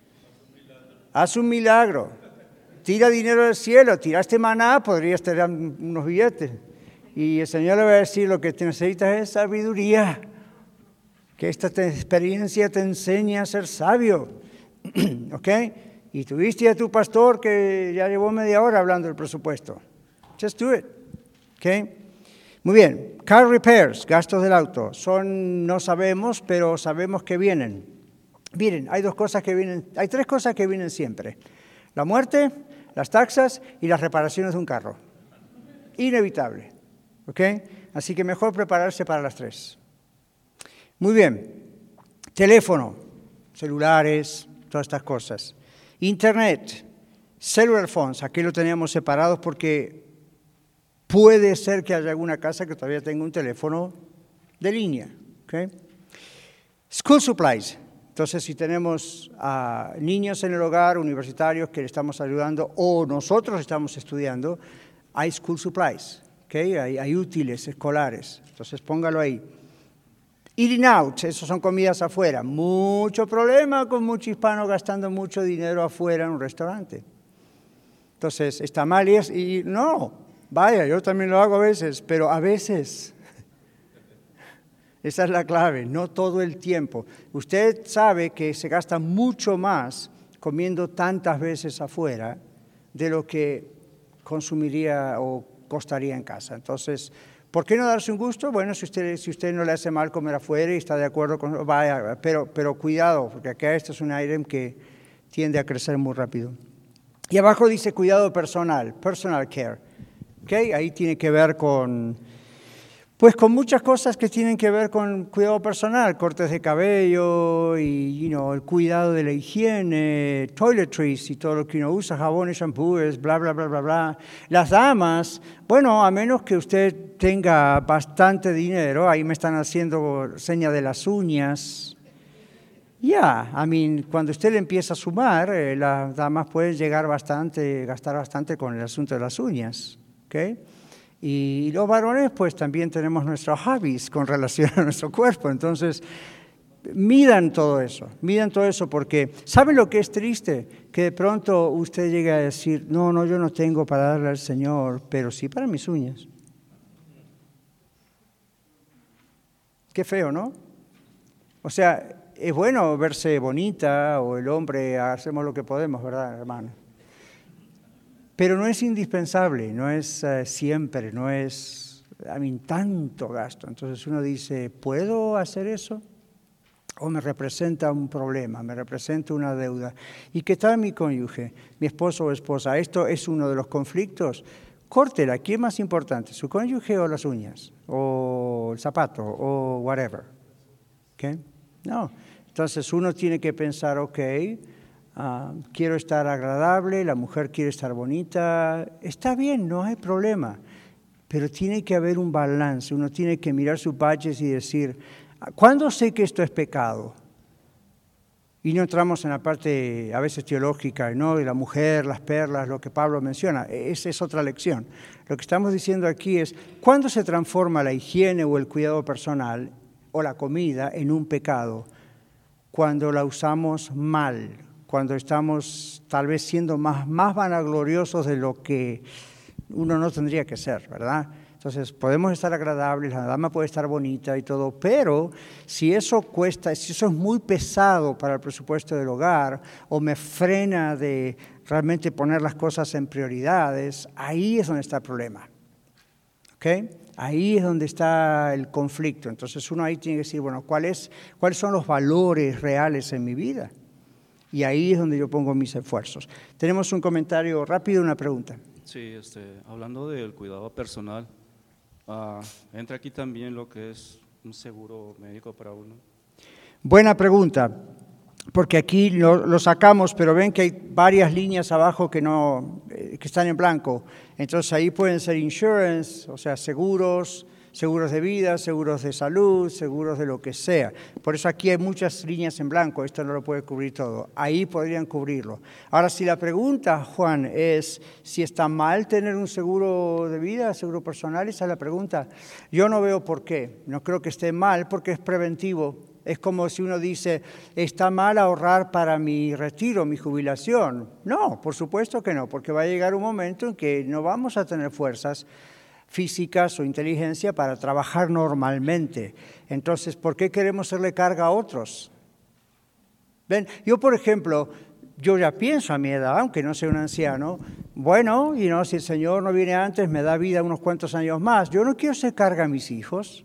Haz un milagro. Tira dinero del cielo. Tiraste maná, podrías tener unos billetes. Y el Señor le va a decir, lo que te necesitas es sabiduría. Que esta te, experiencia te enseñe a ser sabio. ¿Ok? Y tuviste a tu pastor que ya llevó media hora hablando del presupuesto. Just do it. ¿Ok? Muy bien. Car repairs, gastos del auto. Son, no sabemos, pero sabemos que vienen. Miren, hay dos cosas que vienen, hay tres cosas que vienen siempre. La muerte, las taxas y las reparaciones de un carro. Inevitable. ¿Ok? Así que mejor prepararse para las tres. Muy bien. Teléfono, celulares, todas estas cosas. Internet, cellular phones. Aquí lo teníamos separados porque puede ser que haya alguna casa que todavía tenga un teléfono de línea. ¿Okay? School supplies. Entonces, si tenemos a niños en el hogar, universitarios que le estamos ayudando o nosotros estamos estudiando, hay school supplies. ¿Okay? Hay, hay útiles escolares. Entonces, póngalo ahí. Eating out, eso son comidas afuera. Mucho problema con muchos hispanos gastando mucho dinero afuera en un restaurante. Entonces, está mal y, es, y no, vaya, yo también lo hago a veces, pero a veces. Esa es la clave, no todo el tiempo. Usted sabe que se gasta mucho más comiendo tantas veces afuera de lo que consumiría o costaría en casa. Entonces, ¿por qué no darse un gusto? Bueno, si usted, si usted no le hace mal comer afuera y está de acuerdo con... Vaya, pero, pero cuidado, porque acá este es un item que tiende a crecer muy rápido. Y abajo dice cuidado personal, personal care. ¿Okay? Ahí tiene que ver con... Pues con muchas cosas que tienen que ver con cuidado personal, cortes de cabello y you know, el cuidado de la higiene, toiletries y todo lo que uno usa, jabones, shampoos, bla, bla, bla, bla, bla. Las damas, bueno, a menos que usted tenga bastante dinero, ahí me están haciendo seña de las uñas. Ya, yeah, I mean, cuando usted le empieza a sumar, eh, las damas pueden llegar bastante, gastar bastante con el asunto de las uñas, ¿ok? Y los varones, pues también tenemos nuestros hobbies con relación a nuestro cuerpo. Entonces, midan todo eso, midan todo eso, porque ¿saben lo que es triste? Que de pronto usted llega a decir, no, no, yo no tengo para darle al Señor, pero sí para mis uñas. Qué feo, ¿no? O sea, es bueno verse bonita, o el hombre, hacemos lo que podemos, ¿verdad, hermano? Pero no es indispensable, no es uh, siempre, no es, I mean, tanto gasto. Entonces uno dice, ¿puedo hacer eso? O me representa un problema, me representa una deuda. ¿Y qué tal mi cónyuge, mi esposo o esposa? Esto es uno de los conflictos. Córtela, ¿quién es más importante, su cónyuge o las uñas? O el zapato, o whatever. ¿Okay? No. Entonces uno tiene que pensar, ok, Uh, quiero estar agradable, la mujer quiere estar bonita, está bien, no hay problema, pero tiene que haber un balance, uno tiene que mirar sus budgets y decir, ¿cuándo sé que esto es pecado? Y no entramos en la parte a veces teológica, ¿no? De la mujer, las perlas, lo que Pablo menciona, esa es otra lección. Lo que estamos diciendo aquí es, ¿cuándo se transforma la higiene o el cuidado personal o la comida en un pecado? Cuando la usamos mal, cuando estamos tal vez siendo más, más vanagloriosos de lo que uno no tendría que ser, ¿verdad? Entonces, podemos estar agradables, la dama puede estar bonita y todo, pero si eso cuesta, si eso es muy pesado para el presupuesto del hogar o me frena de realmente poner las cosas en prioridades, ahí es donde está el problema, ¿ok? Ahí es donde está el conflicto. Entonces, uno ahí tiene que decir, bueno, ¿cuál es, ¿cuáles son los valores reales en mi vida? Y ahí es donde yo pongo mis esfuerzos. Tenemos un comentario rápido, una pregunta. Sí, este, hablando del cuidado personal, uh, entra aquí también lo que es un seguro médico para uno. Buena pregunta, porque aquí lo, lo sacamos, pero ven que hay varias líneas abajo que, no, eh, que están en blanco. Entonces ahí pueden ser insurance, o sea, seguros, seguros de vida, seguros de salud, seguros de lo que sea. Por eso aquí hay muchas líneas en blanco, esto no lo puede cubrir todo. Ahí podrían cubrirlo. Ahora, si la pregunta, Juan, es si está mal tener un seguro de vida, seguro personal, esa es la pregunta. Yo no veo por qué. No creo que esté mal porque es preventivo. Es como si uno dice, ¿está mal ahorrar para mi retiro, mi jubilación? No, por supuesto que no, porque va a llegar un momento en que no vamos a tener fuerzas físicas o inteligencia para trabajar normalmente. Entonces, ¿por qué queremos hacerle carga a otros? ¿Ven? Yo, por ejemplo, yo ya pienso a mi edad, aunque no sea un anciano, bueno, y no, si el Señor no viene antes, me da vida unos cuantos años más. Yo no quiero hacer carga a mis hijos.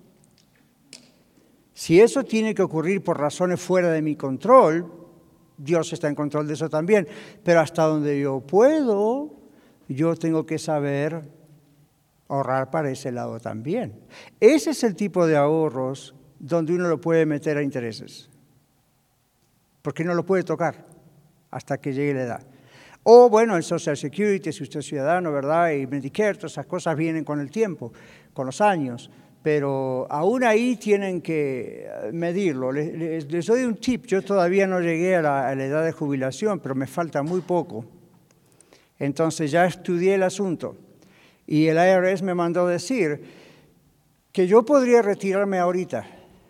Si eso tiene que ocurrir por razones fuera de mi control, Dios está en control de eso también. Pero hasta donde yo puedo, yo tengo que saber ahorrar para ese lado también. Ese es el tipo de ahorros donde uno lo puede meter a intereses. Porque no lo puede tocar hasta que llegue la edad. O bueno, el Social Security, si usted es ciudadano, ¿verdad? Y Medicare, todas esas cosas vienen con el tiempo, con los años. Pero aún ahí tienen que medirlo. Les, les, les doy un tip. Yo todavía no llegué a la, a la edad de jubilación, pero me falta muy poco. Entonces ya estudié el asunto. Y el I R S me mandó decir que yo podría retirarme ahorita.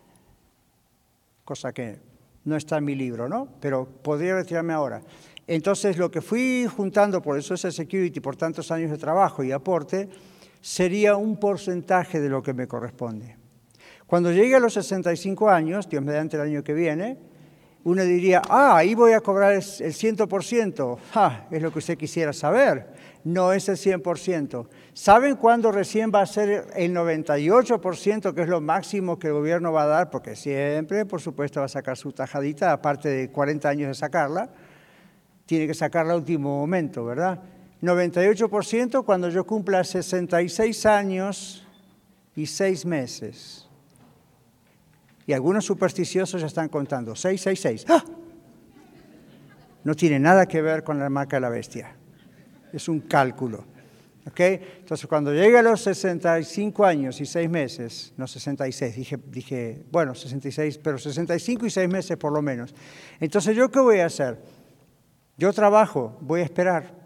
Cosa que no está en mi libro, ¿no? Pero podría retirarme ahora. Entonces lo que fui juntando por el Social Security, por tantos años de trabajo y aporte, sería un porcentaje de lo que me corresponde. Cuando llegue a los sesenta y cinco años, Dios mediante el año que viene, uno diría, ah, ahí voy a cobrar el cien por ciento. Ah, es lo que usted quisiera saber. No es el cien por ciento. ¿Saben cuándo recién va a ser el noventa y ocho por ciento, que es lo máximo que el gobierno va a dar? Porque siempre, por supuesto, va a sacar su tajadita, aparte de cuarenta años de sacarla. Tiene que sacarla a último momento, ¿verdad? noventa y ocho por ciento cuando yo cumpla sesenta y seis años y seis meses. Y algunos supersticiosos ya están contando. seis, seis, seis. ¡Ah! No tiene nada que ver con la marca de la bestia. Es un cálculo. ¿Ok? Entonces, cuando llegue a los sesenta y cinco años y seis meses, no sesenta y seis, dije, dije, bueno, sesenta y seis, pero sesenta y cinco y seis meses por lo menos. Entonces, ¿yo qué voy a hacer? Yo trabajo, voy a esperar.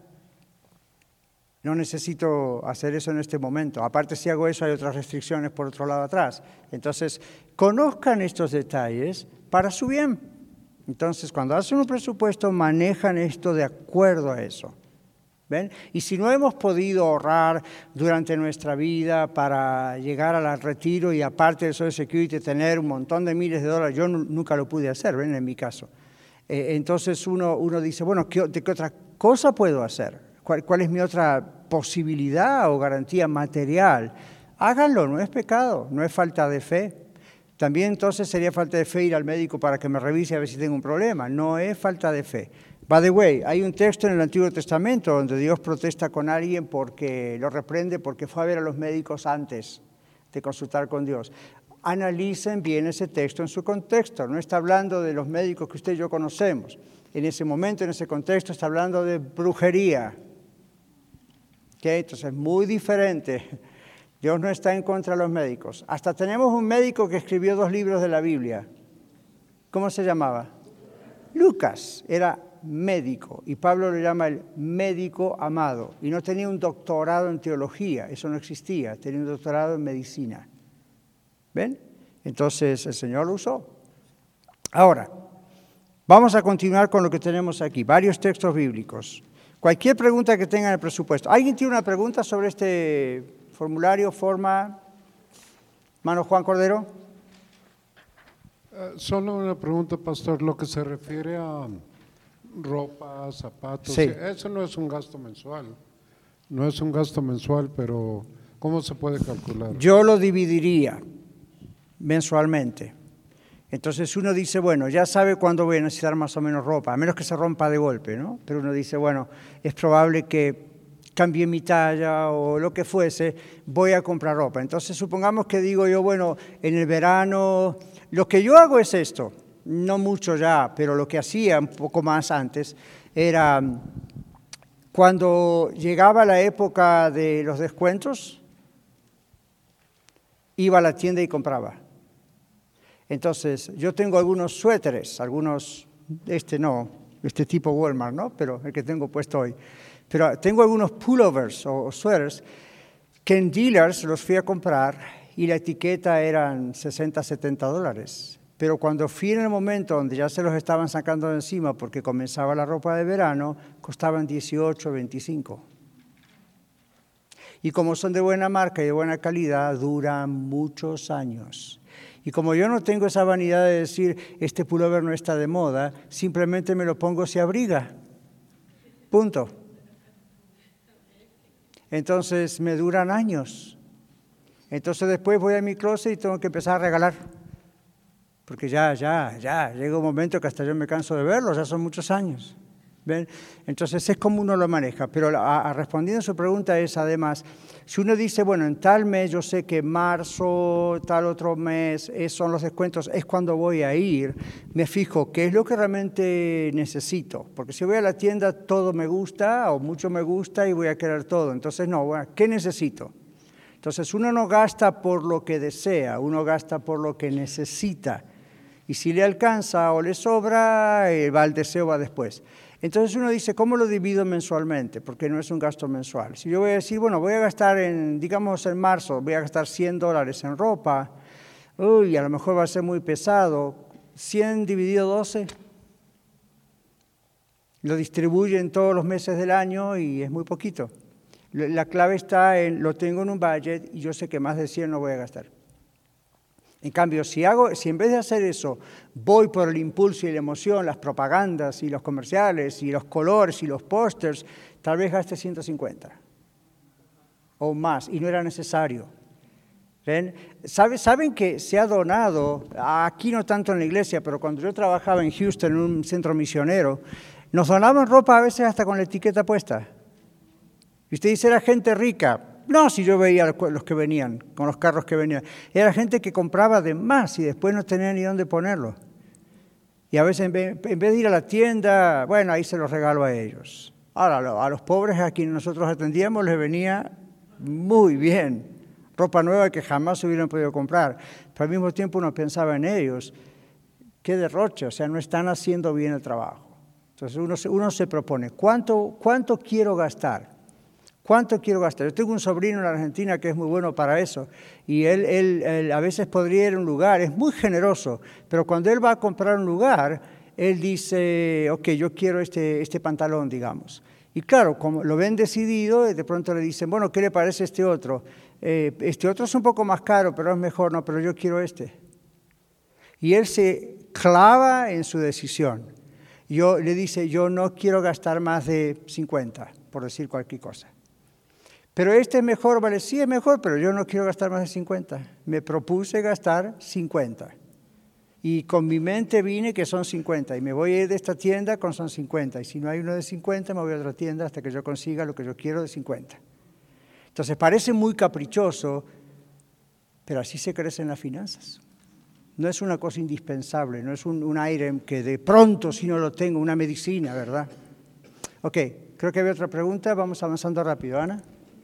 No necesito hacer eso en este momento. Aparte, si hago eso, hay otras restricciones por otro lado atrás. Entonces, conozcan estos detalles para su bien. Entonces, cuando hacen un presupuesto, manejan esto de acuerdo a eso. ¿Ven? Y si no hemos podido ahorrar durante nuestra vida para llegar al retiro y aparte del Social Security tener un montón de miles de dólares, yo nunca lo pude hacer, ¿ven? En mi caso. Eh, entonces uno, uno dice, bueno, ¿qué, ¿de qué otra cosa puedo hacer? ¿Cuál, ¿Cuál es mi otra posibilidad o garantía material? Háganlo, no es pecado, no es falta de fe. También entonces sería falta de fe ir al médico para que me revise a ver si tengo un problema. No es falta de fe. By the way, hay un texto en el Antiguo Testamento donde Dios protesta con alguien porque lo reprende porque fue a ver a los médicos antes de consultar con Dios. Analicen bien ese texto en su contexto. No está hablando de los médicos que usted y yo conocemos. En ese momento, en ese contexto, está hablando de brujería. ¿Okay? Entonces es muy diferente. Dios no está en contra de los médicos. Hasta tenemos un médico que escribió dos libros de la Biblia. ¿Cómo se llamaba? Lucas. Era médico. Y Pablo lo llama el médico amado. Y no tenía un doctorado en teología. Eso no existía. Tenía un doctorado en medicina. ¿Ven? Entonces el Señor lo usó. Ahora, vamos a continuar con lo que tenemos aquí. Varios textos bíblicos. Cualquier pregunta que tengan en el presupuesto. ¿Alguien tiene una pregunta sobre este formulario, forma? Hermano Juan Cordero. Uh, solo una pregunta, pastor. Lo que se refiere a ropa, zapatos, sí. Eso no es un gasto mensual. No es un gasto mensual, pero ¿cómo se puede calcular? Yo lo dividiría mensualmente. Entonces uno dice, bueno, ya sabe cuándo voy a necesitar más o menos ropa, a menos que se rompa de golpe, ¿no? Pero uno dice, bueno, es probable que cambie mi talla o lo que fuese, voy a comprar ropa. Entonces supongamos que digo yo, bueno, en el verano, lo que yo hago es esto, no mucho ya, pero lo que hacía un poco más antes, era cuando llegaba la época de los descuentos, iba a la tienda y compraba. Entonces, yo tengo algunos suéteres, algunos, este no, este tipo Walmart, ¿no? Pero el que tengo puesto hoy. Pero tengo algunos pullovers o, o suéteres que en dealers los fui a comprar y la etiqueta eran sesenta, setenta dólares. Pero cuando fui en el momento donde ya se los estaban sacando de encima porque comenzaba la ropa de verano, costaban dieciocho, veinticinco. Y como son de buena marca y de buena calidad, duran muchos años. Y como yo no tengo esa vanidad de decir, este pullover no está de moda, simplemente me lo pongo si abriga. Punto. Entonces me duran años. Entonces después voy a mi closet y tengo que empezar a regalar. Porque ya, ya, ya, llega un momento que hasta yo me canso de verlos, ya son muchos años. ¿Ven? Entonces es como uno lo maneja. Pero a, a respondiendo a su pregunta es, además, si uno dice, bueno, en tal mes yo sé que marzo, tal otro mes, esos son los descuentos, es cuando voy a ir, me fijo qué es lo que realmente necesito. Porque si voy a la tienda, todo me gusta o mucho me gusta y voy a querer todo. Entonces, no, bueno, ¿qué necesito? Entonces, uno no gasta por lo que desea, uno gasta por lo que necesita. Y si le alcanza o le sobra, eh, va el deseo, va después. Entonces uno dice, ¿cómo lo divido mensualmente? Porque no es un gasto mensual. Si yo voy a decir, bueno, voy a gastar en, digamos en marzo, voy a gastar cien dólares en ropa, uy, a lo mejor va a ser muy pesado. cien dividido doce, lo distribuyen todos los meses del año y es muy poquito. La clave está en, lo tengo en un budget y yo sé que más de cien no voy a gastar. En cambio, si, hago, si en vez de hacer eso, voy por el impulso y la emoción, las propagandas y los comerciales y los colores y los pósters, tal vez gaste ciento cincuenta o más, y no era necesario. ¿Ven? ¿Sabe, ¿Saben que se ha donado, aquí no tanto en la iglesia, pero cuando yo trabajaba en Houston, en un centro misionero, nos donaban ropa a veces hasta con la etiqueta puesta? Y usted dice, era gente rica. No, si yo veía los que venían, con los carros que venían. Era gente que compraba de más y después no tenía ni dónde ponerlo. Y a veces en vez, en vez de ir a la tienda, bueno, ahí se los regalo a ellos. Ahora, a los pobres a quienes nosotros atendíamos les venía muy bien. Ropa nueva que jamás hubieran podido comprar. Pero al mismo tiempo uno pensaba en ellos. Qué derroche, o sea, no están haciendo bien el trabajo. Entonces uno, uno se propone, ¿cuánto, cuánto quiero gastar? ¿Cuánto quiero gastar? Yo tengo un sobrino en la Argentina que es muy bueno para eso y él, él, él a veces podría ir a un lugar, es muy generoso, pero cuando él va a comprar un lugar, él dice, ok, yo quiero este, este pantalón, digamos. Y claro, como lo ven decidido, de pronto le dicen, bueno, ¿qué le parece este otro? Eh, este otro es un poco más caro, pero es mejor, no, pero yo quiero este. Y él se clava en su decisión. Yo le dice, yo no quiero gastar más de cincuenta, por decir cualquier cosa. Pero este es mejor, vale, sí es mejor, pero yo no quiero gastar más de cincuenta. Me propuse gastar cincuenta. Y con mi mente vine que son cincuenta. Y me voy a ir de esta tienda con son cincuenta. Y si no hay uno de cincuenta, me voy a otra tienda hasta que yo consiga lo que yo quiero de cincuenta. Entonces parece muy caprichoso, pero así se crecen las finanzas. No es una cosa indispensable, no es un, un item que de pronto si no lo tengo, una medicina, ¿verdad? Ok, creo que había otra pregunta. Vamos avanzando rápido. Ana.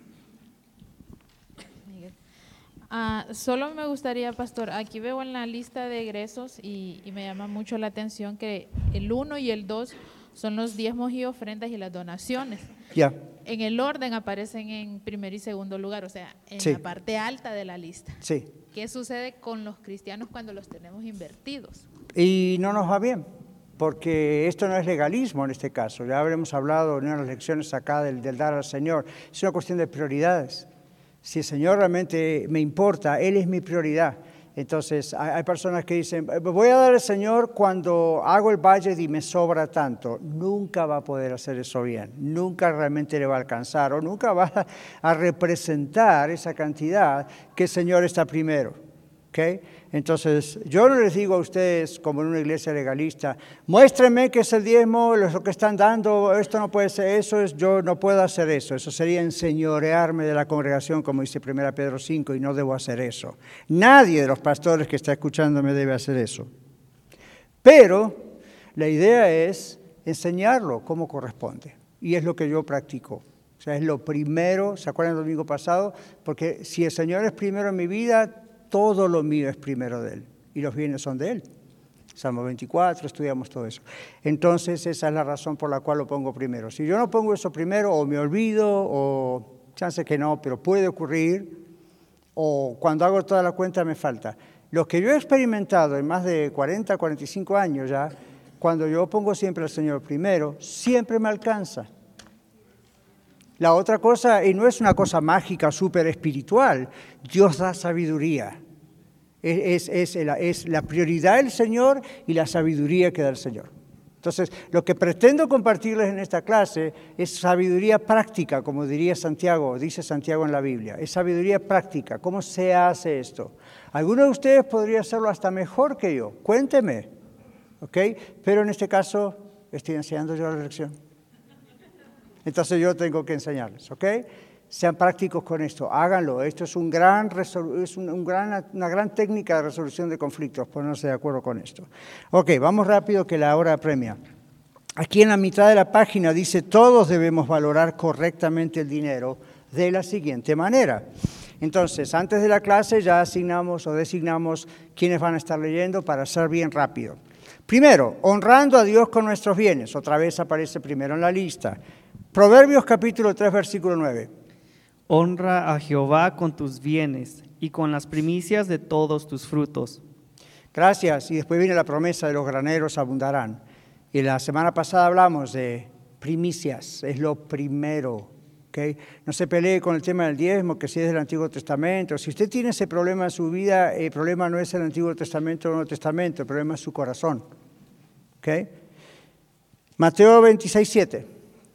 Uh, solo me gustaría, pastor, aquí veo en la lista de egresos y, y me llama mucho la atención que el uno y el dos son los diezmos y ofrendas y las donaciones. Ya. Yeah. En el orden aparecen en primer y segundo lugar, o sea, en sí. la parte alta de la lista. Sí. ¿Qué sucede con los cristianos cuando los tenemos invertidos? Y no nos va bien, porque esto no es legalismo en este caso. Ya habremos hablado en unas lecciones acá del, del dar al Señor. Es una cuestión de prioridades. Si el Señor realmente me importa, Él es mi prioridad. Entonces, hay, hay personas que dicen, voy a dar al Señor cuando hago el budget y me sobra tanto. Nunca va a poder hacer eso bien, nunca realmente le va a alcanzar o nunca va a, a representar esa cantidad que el Señor está primero. ¿Okay? Entonces, yo no les digo a ustedes, como en una iglesia legalista, muéstrenme que es el diezmo, lo que están dando, esto no puede ser, eso es, yo no puedo hacer eso. Eso sería enseñorearme de la congregación, como dice primera Pedro cinco, y no debo hacer eso. Nadie de los pastores que está escuchándome debe hacer eso. Pero la idea es enseñarlo como corresponde, y es lo que yo practico. O sea, es lo primero, ¿se acuerdan del domingo pasado? Porque si el Señor es primero en mi vida, todo lo mío es primero de Él y los bienes son de Él. Salmo veinticuatro, estudiamos todo eso. Entonces, esa es la razón por la cual lo pongo primero. Si yo no pongo eso primero, o me olvido, o chance que no, pero puede ocurrir, o cuando hago toda la cuenta me falta. Lo que yo he experimentado en más de cuarenta, cuarenta y cinco años ya, cuando yo pongo siempre al Señor primero, siempre me alcanza. La otra cosa, y no es una cosa mágica, súper espiritual, Dios da sabiduría. Es, es, es, la, es la prioridad del Señor y la sabiduría que da el Señor. Entonces, lo que pretendo compartirles en esta clase es sabiduría práctica, como diría Santiago, dice Santiago en la Biblia. Es sabiduría práctica. ¿Cómo se hace esto? Alguno de ustedes podría hacerlo hasta mejor que yo. Cuénteme. ¿Ok? Pero en este caso, estoy enseñando yo la lección. Entonces, yo tengo que enseñarles. ¿Ok? Sean prácticos con esto, háganlo. Esto es, un gran es un, un gran, una gran técnica de resolución de conflictos, ponerse de acuerdo con esto. Ok, vamos rápido que la hora apremia. Aquí en la mitad de la página dice, todos debemos valorar correctamente el dinero de la siguiente manera. Entonces, antes de la clase ya asignamos o designamos quiénes van a estar leyendo para ser bien rápido. Primero, honrando a Dios con nuestros bienes. Otra vez aparece primero en la lista. Proverbios capítulo tres, versículo nueve. Honra a Jehová con tus bienes y con las primicias de todos tus frutos. Gracias. Y después viene la promesa de los graneros abundarán. Y la semana pasada hablamos de primicias, es lo primero. ¿Okay? No se pelee con el tema del diezmo, que si es del Antiguo Testamento. Si usted tiene ese problema en su vida, el problema no es el Antiguo Testamento o el Nuevo Testamento, el problema es su corazón. ¿Okay? Mateo veintiséis, siete.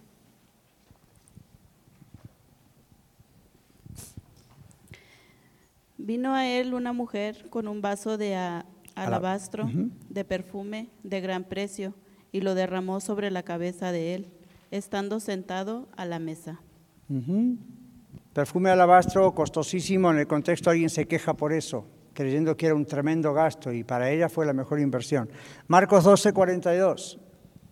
Vino a él una mujer con un vaso de a, alabastro, uh-huh. de perfume de gran precio, y lo derramó sobre la cabeza de él, estando sentado a la mesa. Uh-huh. Perfume de alabastro costosísimo, en el contexto alguien se queja por eso, creyendo que era un tremendo gasto, y para ella fue la mejor inversión. Marcos doce, cuarenta y dos.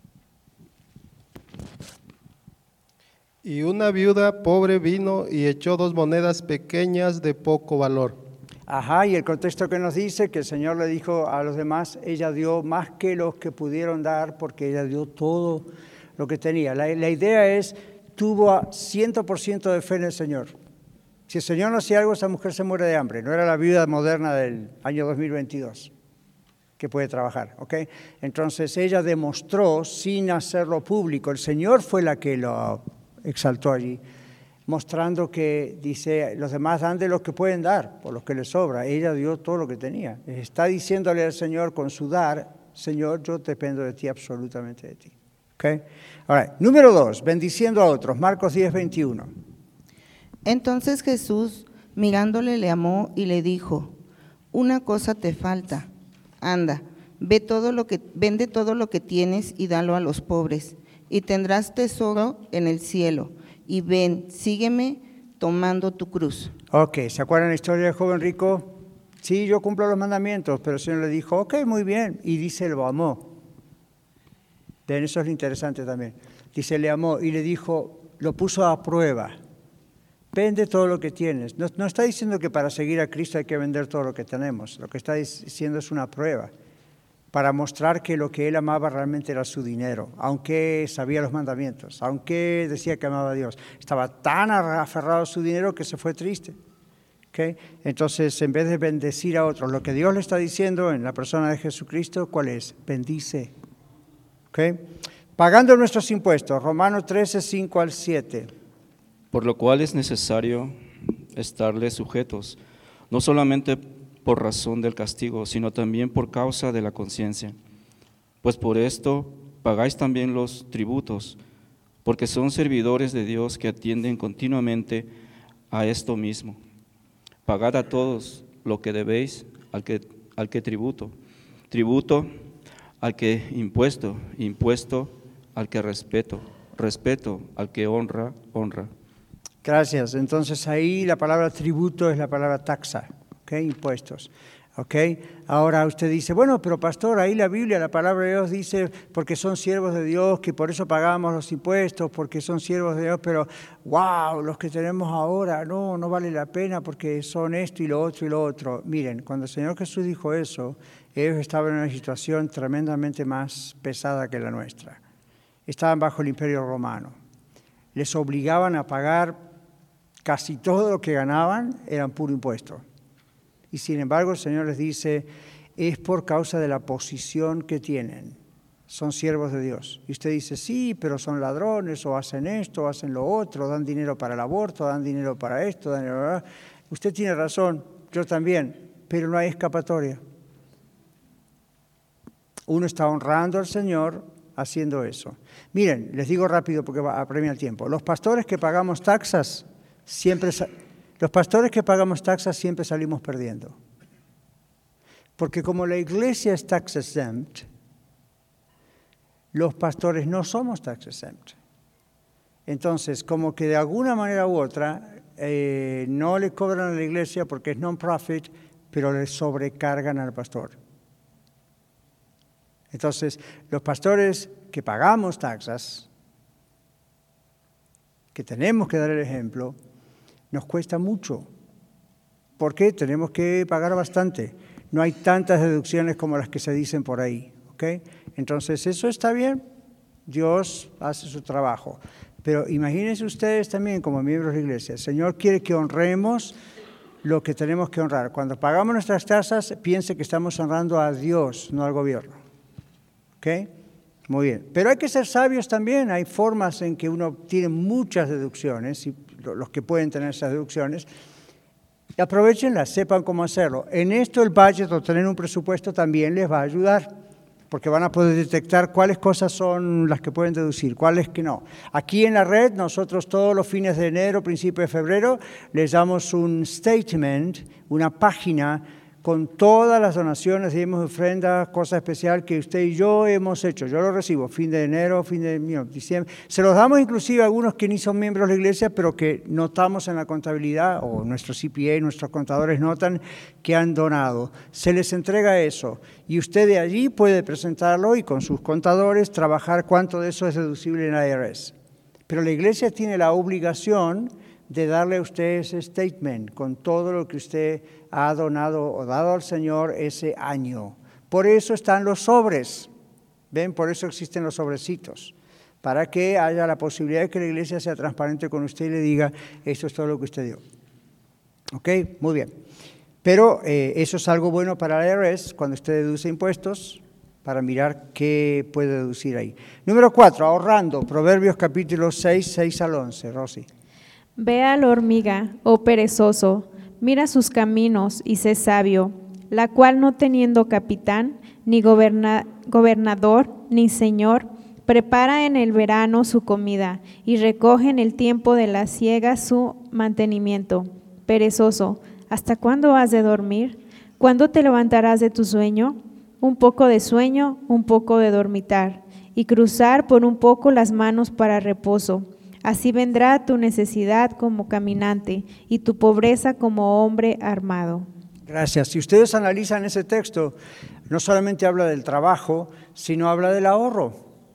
Y una viuda pobre vino y echó dos monedas pequeñas de poco valor. Ajá, y el contexto que nos dice que el Señor le dijo a los demás, ella dio más que los que pudieron dar porque ella dio todo lo que tenía. La, la idea es, tuvo cien por ciento de fe en el Señor. Si el Señor no hacía algo, esa mujer se muere de hambre. No era la viuda moderna del año dos mil veintidós que puede trabajar, ¿ok? Entonces ella demostró sin hacerlo público. El Señor fue la que lo exaltó allí, mostrando que, dice, los demás dan de lo que pueden dar, por lo que les sobra. Ella dio todo lo que tenía. Está diciéndole al Señor con su dar, Señor, yo dependo de ti, absolutamente de ti. ¿Okay? All right. Número dos, bendiciendo a otros. Marcos diez, veintiuno. Entonces Jesús, mirándole, le amó y le dijo, una cosa te falta, anda, ve todo lo que, vende todo lo que tienes y dalo a los pobres, y tendrás tesoro en el cielo. Y ven, sígueme tomando tu cruz. Ok, ¿se acuerdan la historia del joven rico? Sí, yo cumplo los mandamientos, pero el Señor le dijo, ok, muy bien, y dice, lo amó. Ven, eso es lo interesante también. Dice, le amó y le dijo, lo puso a prueba. Vende todo lo que tienes. No, no está diciendo que para seguir a Cristo hay que vender todo lo que tenemos. Lo que está diciendo es una prueba para mostrar que lo que él amaba realmente era su dinero, aunque sabía los mandamientos, aunque decía que amaba a Dios. Estaba tan aferrado a su dinero que se fue triste. ¿Okay? Entonces, en vez de bendecir a otros, lo que Dios le está diciendo en la persona de Jesucristo, ¿cuál es? Bendice. ¿Okay? Pagando nuestros impuestos, Romanos trece, cinco al siete. Por lo cual es necesario estarles sujetos, no solamente por razón del castigo, sino también por causa de la conciencia. Pues por esto pagáis también los tributos, porque son servidores de Dios que atienden continuamente a esto mismo. Pagad a todos lo que debéis al que, al que tributo, tributo al que impuesto, impuesto al que respeto, respeto al que honra, honra. Gracias. Entonces ahí la palabra tributo es la palabra taxa. Okay, impuestos. ¿Ok? Ahora usted dice, bueno, pero pastor, ahí la Biblia, la palabra de Dios dice, porque son siervos de Dios, que por eso pagamos los impuestos, porque son siervos de Dios, pero wow, los que tenemos ahora, no, no vale la pena porque son esto y lo otro y lo otro. Miren, cuando el Señor Jesús dijo eso, ellos estaban en una situación tremendamente más pesada que la nuestra. Estaban bajo el Imperio Romano. Les obligaban a pagar casi todo lo que ganaban, eran puro impuesto. Y sin embargo el Señor les dice, es por causa de la posición que tienen. Son siervos de Dios. Y usted dice, sí, pero son ladrones, o hacen esto, o hacen lo otro, dan dinero para el aborto, dan dinero para esto, dan dinero para... Usted tiene razón, yo también, pero no hay escapatoria. Uno está honrando al Señor haciendo eso. Miren, les digo rápido porque apremia el tiempo. Los pastores que pagamos taxas, siempre... Los pastores que pagamos taxas siempre salimos perdiendo. Porque como la iglesia es tax exempt, los pastores no somos tax exempt. Entonces, como que de alguna manera u otra, eh, no le cobran a la iglesia porque es non-profit, pero le sobrecargan al pastor. Entonces, los pastores que pagamos taxas, que tenemos que dar el ejemplo, nos cuesta mucho. ¿Por qué? Tenemos que pagar bastante. No hay tantas deducciones como las que se dicen por ahí. ¿Okay? Entonces, eso está bien. Dios hace su trabajo. Pero imagínense ustedes también como miembros de la iglesia. El Señor quiere que honremos lo que tenemos que honrar. Cuando pagamos nuestras tasas, piense que estamos honrando a Dios, no al gobierno. ¿Ok? Muy bien. Pero hay que ser sabios también. Hay formas en que uno tiene muchas deducciones, y los que pueden tener esas deducciones, aprovechenlas, sepan cómo hacerlo. En esto el budget o tener un presupuesto también les va a ayudar, porque van a poder detectar cuáles cosas son las que pueden deducir, cuáles que no. Aquí en la red, nosotros todos los fines de enero, principio de febrero, les damos un statement, una página con todas las donaciones, dimos ofrendas, cosa especial que usted y yo hemos hecho. Yo lo recibo, fin de enero, fin de no, diciembre. Se los damos inclusive a algunos que ni son miembros de la iglesia, pero que notamos en la contabilidad, o nuestro C P A, nuestros contadores notan que han donado. Se les entrega eso, y usted de allí puede presentarlo y con sus contadores trabajar cuánto de eso es deducible en I R S. Pero la iglesia tiene la obligación de darle a usted ese statement con todo lo que usted ha donado o dado al Señor ese año. Por eso están los sobres, ¿ven? Por eso existen los sobrecitos, para que haya la posibilidad de que la iglesia sea transparente con usted y le diga, esto es todo lo que usted dio. ¿Ok? Muy bien. Pero eh, eso es algo bueno para la I R S cuando usted deduce impuestos, para mirar qué puede deducir ahí. Número cuatro, ahorrando. Proverbios capítulo seis, seis al once. Rosy. Ve a la hormiga, oh perezoso, mira sus caminos y sé sabio, la cual no teniendo capitán, ni goberna, gobernador, ni señor, prepara en el verano su comida y recoge en el tiempo de la siega su mantenimiento. Perezoso, ¿hasta cuándo has de dormir? ¿Cuándo te levantarás de tu sueño? Un poco de sueño, un poco de dormitar, y cruzar por un poco las manos para reposo. Así vendrá tu necesidad como caminante y tu pobreza como hombre armado. Gracias. Si ustedes analizan ese texto, no solamente habla del trabajo, sino habla del ahorro,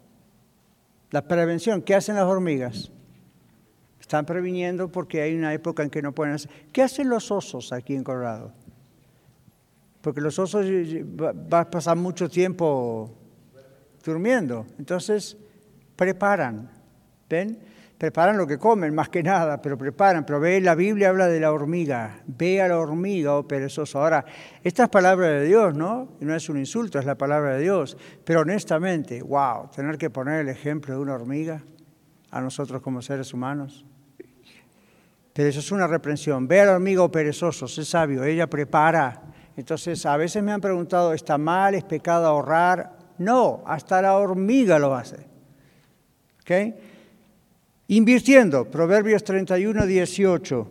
la prevención. ¿Qué hacen las hormigas? Están previniendo porque hay una época en que no pueden hacer. ¿Qué hacen los osos aquí en Colorado? Porque los osos va a pasar mucho tiempo durmiendo. Entonces, preparan. ¿Ven? Preparan lo que comen, más que nada, pero preparan. Pero ve, la Biblia habla de la hormiga. Ve a la hormiga, oh perezoso. Ahora, esta es palabra de Dios, ¿no? No es un insulto, es la palabra de Dios. Pero honestamente, wow, tener que poner el ejemplo de una hormiga a nosotros como seres humanos. Pero eso es una reprensión. Ve a la hormiga, oh perezoso, sé sabio, ella prepara. Entonces, a veces me han preguntado, ¿está mal, es pecado ahorrar? No, hasta la hormiga lo hace. ¿Ok? Invirtiendo, Proverbios treinta y uno, dieciocho.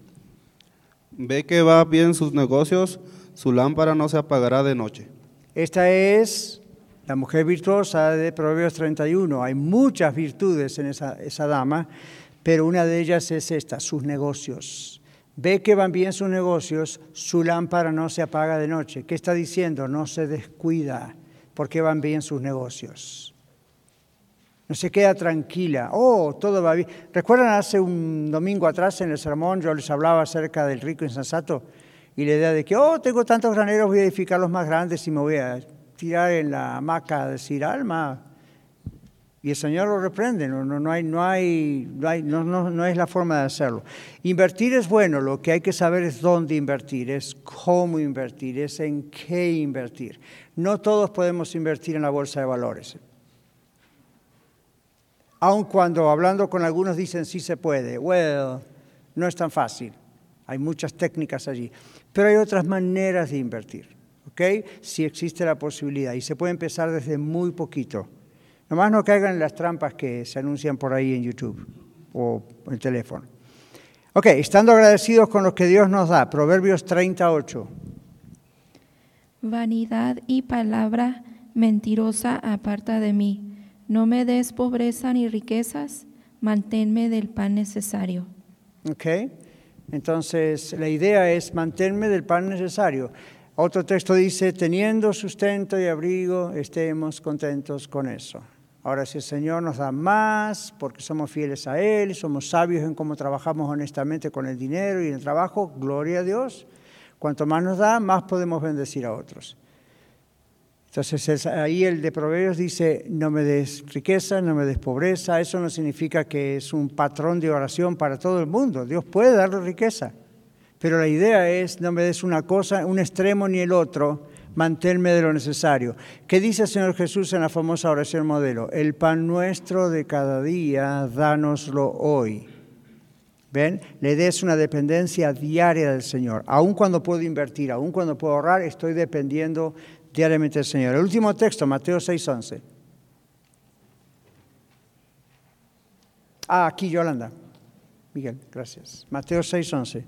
Ve que va bien sus negocios, su lámpara no se apagará de noche. Esta es la mujer virtuosa de Proverbios treinta y uno. Hay muchas virtudes en esa, esa dama, pero una de ellas es esta, sus negocios. Ve que van bien sus negocios, su lámpara no se apaga de noche. ¿Qué está diciendo? No se descuida porque van bien sus negocios. No se queda tranquila. Oh, todo va bien. ¿Recuerdan hace un domingo atrás en el sermón yo les hablaba acerca del rico insensato? Y la idea de que, oh, tengo tantos graneros, voy a edificar los más grandes y me voy a tirar en la hamaca a decir, alma. Y el Señor lo reprende, no, no, no, hay, no, hay, no, hay, no, no, no es la forma de hacerlo. Invertir es bueno, lo que hay que saber es dónde invertir, es cómo invertir, es en qué invertir. No todos podemos invertir en la bolsa de valores. Aun cuando hablando con algunos dicen sí se puede, well, no es tan fácil, hay muchas técnicas allí, pero hay otras maneras de invertir, ¿ok? Si existe la posibilidad y se puede empezar desde muy poquito. Nomás no caigan en las trampas que se anuncian por ahí en YouTube o en el teléfono. Ok, estando agradecidos con lo que Dios nos da, Proverbios treinta y ocho. Vanidad y palabra mentirosa aparta de mí. No me des pobreza ni riquezas, manténme del pan necesario. Ok, entonces la idea es manténme del pan necesario. Otro texto dice, teniendo sustento y abrigo, estemos contentos con eso. Ahora, si el Señor nos da más, porque somos fieles a Él, somos sabios en cómo trabajamos honestamente con el dinero y el trabajo, gloria a Dios. Cuanto más nos da, más podemos bendecir a otros. Entonces, ahí el de Proverbios dice, no me des riqueza, no me des pobreza. Eso no significa que es un patrón de oración para todo el mundo. Dios puede darle riqueza. Pero la idea es, no me des una cosa, un extremo ni el otro, manténme de lo necesario. ¿Qué dice el Señor Jesús en la famosa oración modelo? El pan nuestro de cada día, dánoslo hoy. ¿Ven? La idea es una dependencia diaria del Señor. Aun cuando puedo invertir, aun cuando puedo ahorrar, estoy dependiendo diariamente del Señor. El último texto, Mateo seis once. Ah, aquí Yolanda. Miguel, gracias. Mateo seis once.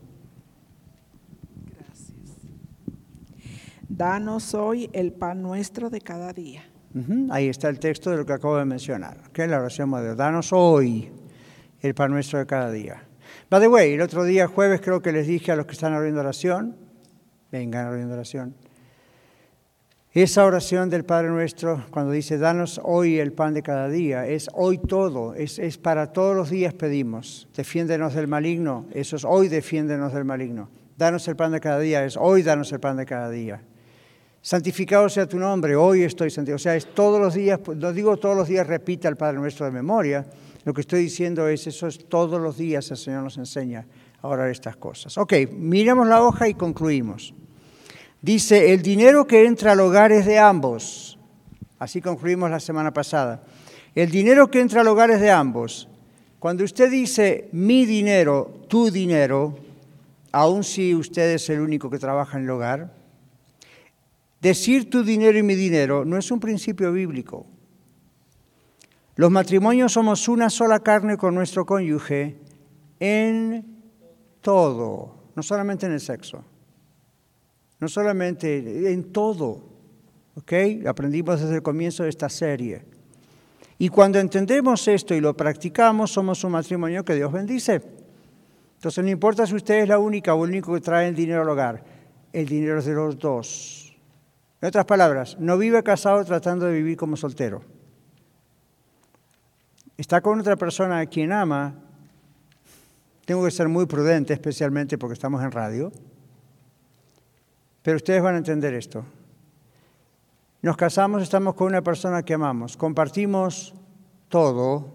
Danos hoy el pan nuestro de cada día. Uh-huh. Ahí está el texto de lo que acabo de mencionar. ¿Okay? La oración modelo. Danos hoy el pan nuestro de cada día. By the way, el otro día, jueves, creo que les dije a los que están abriendo oración, vengan abriendo oración. Esa oración del Padre Nuestro, cuando dice, danos hoy el pan de cada día, es hoy todo, es, es para todos los días pedimos. Defiéndenos del maligno, eso es hoy defiéndenos del maligno. Danos el pan de cada día, es hoy danos el pan de cada día. Santificado sea tu nombre, hoy estoy santificado. O sea, es todos los días, no digo todos los días repita el Padre Nuestro de memoria, lo que estoy diciendo es, eso es todos los días el Señor nos enseña a orar estas cosas. Ok, miremos la hoja y concluimos. Dice, el dinero que entra al hogar es de ambos. Así concluimos la semana pasada. El dinero que entra al hogar es de ambos. Cuando usted dice mi dinero, tu dinero, aun si usted es el único que trabaja en el hogar, decir tu dinero y mi dinero no es un principio bíblico. Los matrimonios somos una sola carne con nuestro cónyuge en todo, no solamente en el sexo. No solamente, en todo, ¿ok? Aprendimos desde el comienzo de esta serie. Y cuando entendemos esto y lo practicamos, somos un matrimonio que Dios bendice. Entonces no importa si usted es la única o el único que trae el dinero al hogar, el dinero es de los dos. En otras palabras, no vive casado tratando de vivir como soltero. Está con otra persona a quien ama. Tengo que ser muy prudente, especialmente porque estamos en radio. Pero ustedes van a entender esto. Nos casamos, estamos con una persona que amamos, compartimos todo,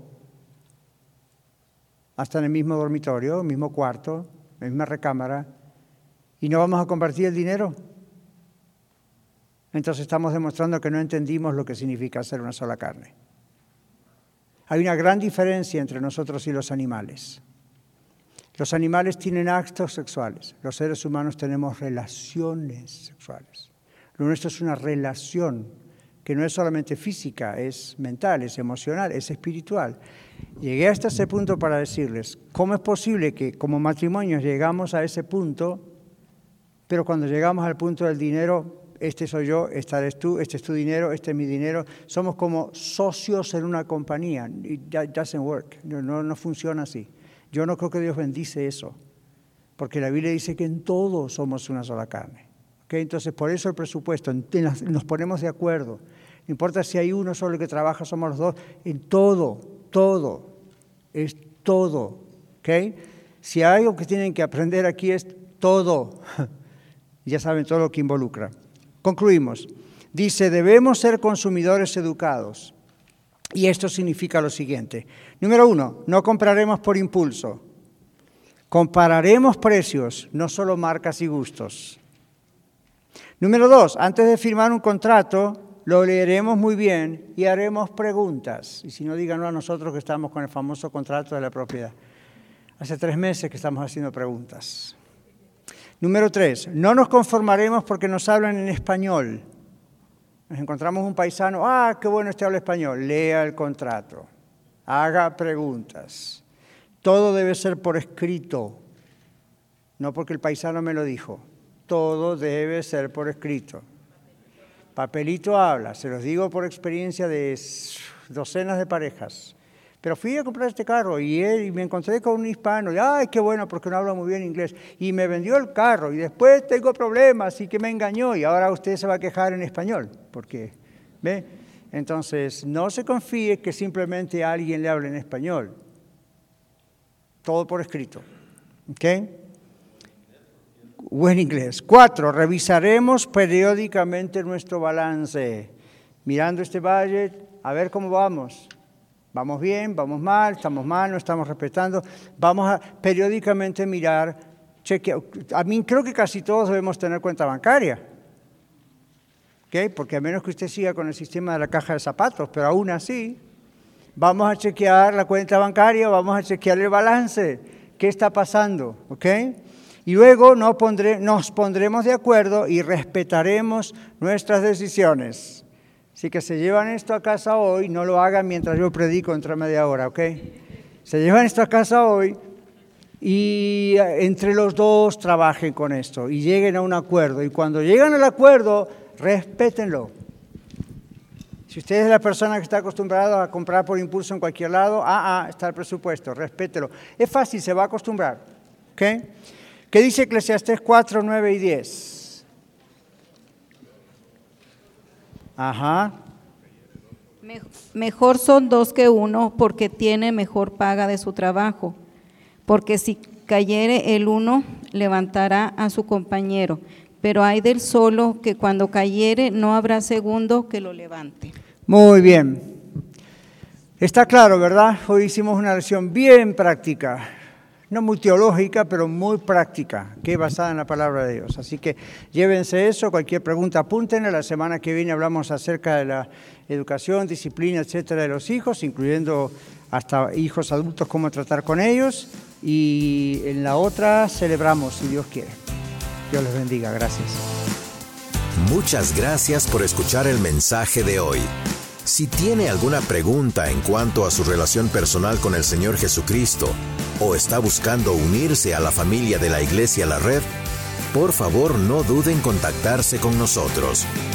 hasta en el mismo dormitorio, el mismo cuarto, la misma recámara, y no vamos a compartir el dinero. Entonces estamos demostrando que no entendimos lo que significa ser una sola carne. Hay una gran diferencia entre nosotros y los animales. Los animales tienen actos sexuales, los seres humanos tenemos relaciones sexuales. Lo nuestro es una relación que no es solamente física, es mental, es emocional, es espiritual. Llegué hasta ese punto para decirles, ¿cómo es posible que como matrimonios llegamos a ese punto, pero cuando llegamos al punto del dinero, este soy yo, esta eres tú, este es tu dinero, este es mi dinero, somos como socios en una compañía? It doesn't work, no, no, no funciona así. Yo no creo que Dios bendice eso. porque la Biblia dice que en todo somos una sola carne. ¿Okay? Entonces, por eso el presupuesto, nos ponemos de acuerdo. No importa si hay uno solo que trabaja, somos los dos, en todo, todo, es todo. ¿Okay? Si hay algo que tienen que aprender aquí es todo. Ya saben todo lo que involucra. Concluimos. Dice, debemos ser consumidores educados. Y esto significa lo siguiente. Número uno, no compraremos por impulso. Compararemos precios, no solo marcas y gustos. Número dos, antes de firmar un contrato, lo leeremos muy bien y haremos preguntas. Y si no, díganos a nosotros que estamos con el famoso contrato de la propiedad. Hace tres meses que estamos haciendo preguntas. Número tres, no nos conformaremos porque nos hablan en español. Nos encontramos un paisano, ah, qué bueno este habla español. Lea el contrato, haga preguntas. Todo debe ser por escrito, no porque el paisano me lo dijo. Todo debe ser por escrito. Papelito habla, se los digo por experiencia de docenas de parejas. Pero fui a comprar este carro y, él, y me encontré con un hispano. Y, ay, qué bueno, porque no habla muy bien inglés. Y me vendió el carro y después tengo problemas y que me engañó. Y ahora usted se va a quejar en español. Porque, ¿ve? Entonces, no se confíe que simplemente alguien le hable en español. Todo por escrito. ¿Ok? Buen inglés. Cuatro, revisaremos periódicamente nuestro balance. Mirando este budget, a ver cómo vamos. ¿Vamos bien? ¿Vamos mal? ¿Estamos mal? ¿No estamos respetando? Vamos a periódicamente mirar, chequear. A mí creo que casi todos debemos tener cuenta bancaria. ¿Ok? Porque a menos que usted siga con el sistema de la caja de zapatos, pero aún así, vamos a chequear la cuenta bancaria, vamos a chequear el balance. ¿Qué está pasando? ¿Ok? Y luego nos, pondré, nos pondremos de acuerdo y respetaremos nuestras decisiones. Así que se llevan esto a casa hoy, no lo hagan mientras yo predico entre media hora, ¿ok? Se llevan esto a casa hoy y entre los dos trabajen con esto y lleguen a un acuerdo. Y cuando llegan al acuerdo, respétenlo. Si usted es la persona que está acostumbrado a comprar por impulso en cualquier lado, ah, ah, está el presupuesto, respételo. Es fácil, se va a acostumbrar, ¿ok? ¿Qué dice Eclesiastés cuatro, nueve y diez? Ajá. Mejor son dos que uno, porque tiene mejor paga de su trabajo. Porque si cayere el uno, levantará a su compañero. Pero hay del solo que cuando cayere no habrá segundo que lo levante. Muy bien. Está claro, ¿verdad? Hoy hicimos una lección bien práctica. No muy teológica, pero muy práctica, que es basada en la palabra de Dios. Así que llévense eso, cualquier pregunta apúntenla. La semana que viene hablamos acerca de la educación, disciplina, etcétera, de los hijos, incluyendo hasta hijos adultos, cómo tratar con ellos. Y en la otra celebramos, si Dios quiere. Dios les bendiga. Gracias. Muchas gracias por escuchar el mensaje de hoy. Si tiene alguna pregunta en cuanto a su relación personal con el Señor Jesucristo o está buscando unirse a la familia de la Iglesia La Red, por favor no duden en contactarse con nosotros.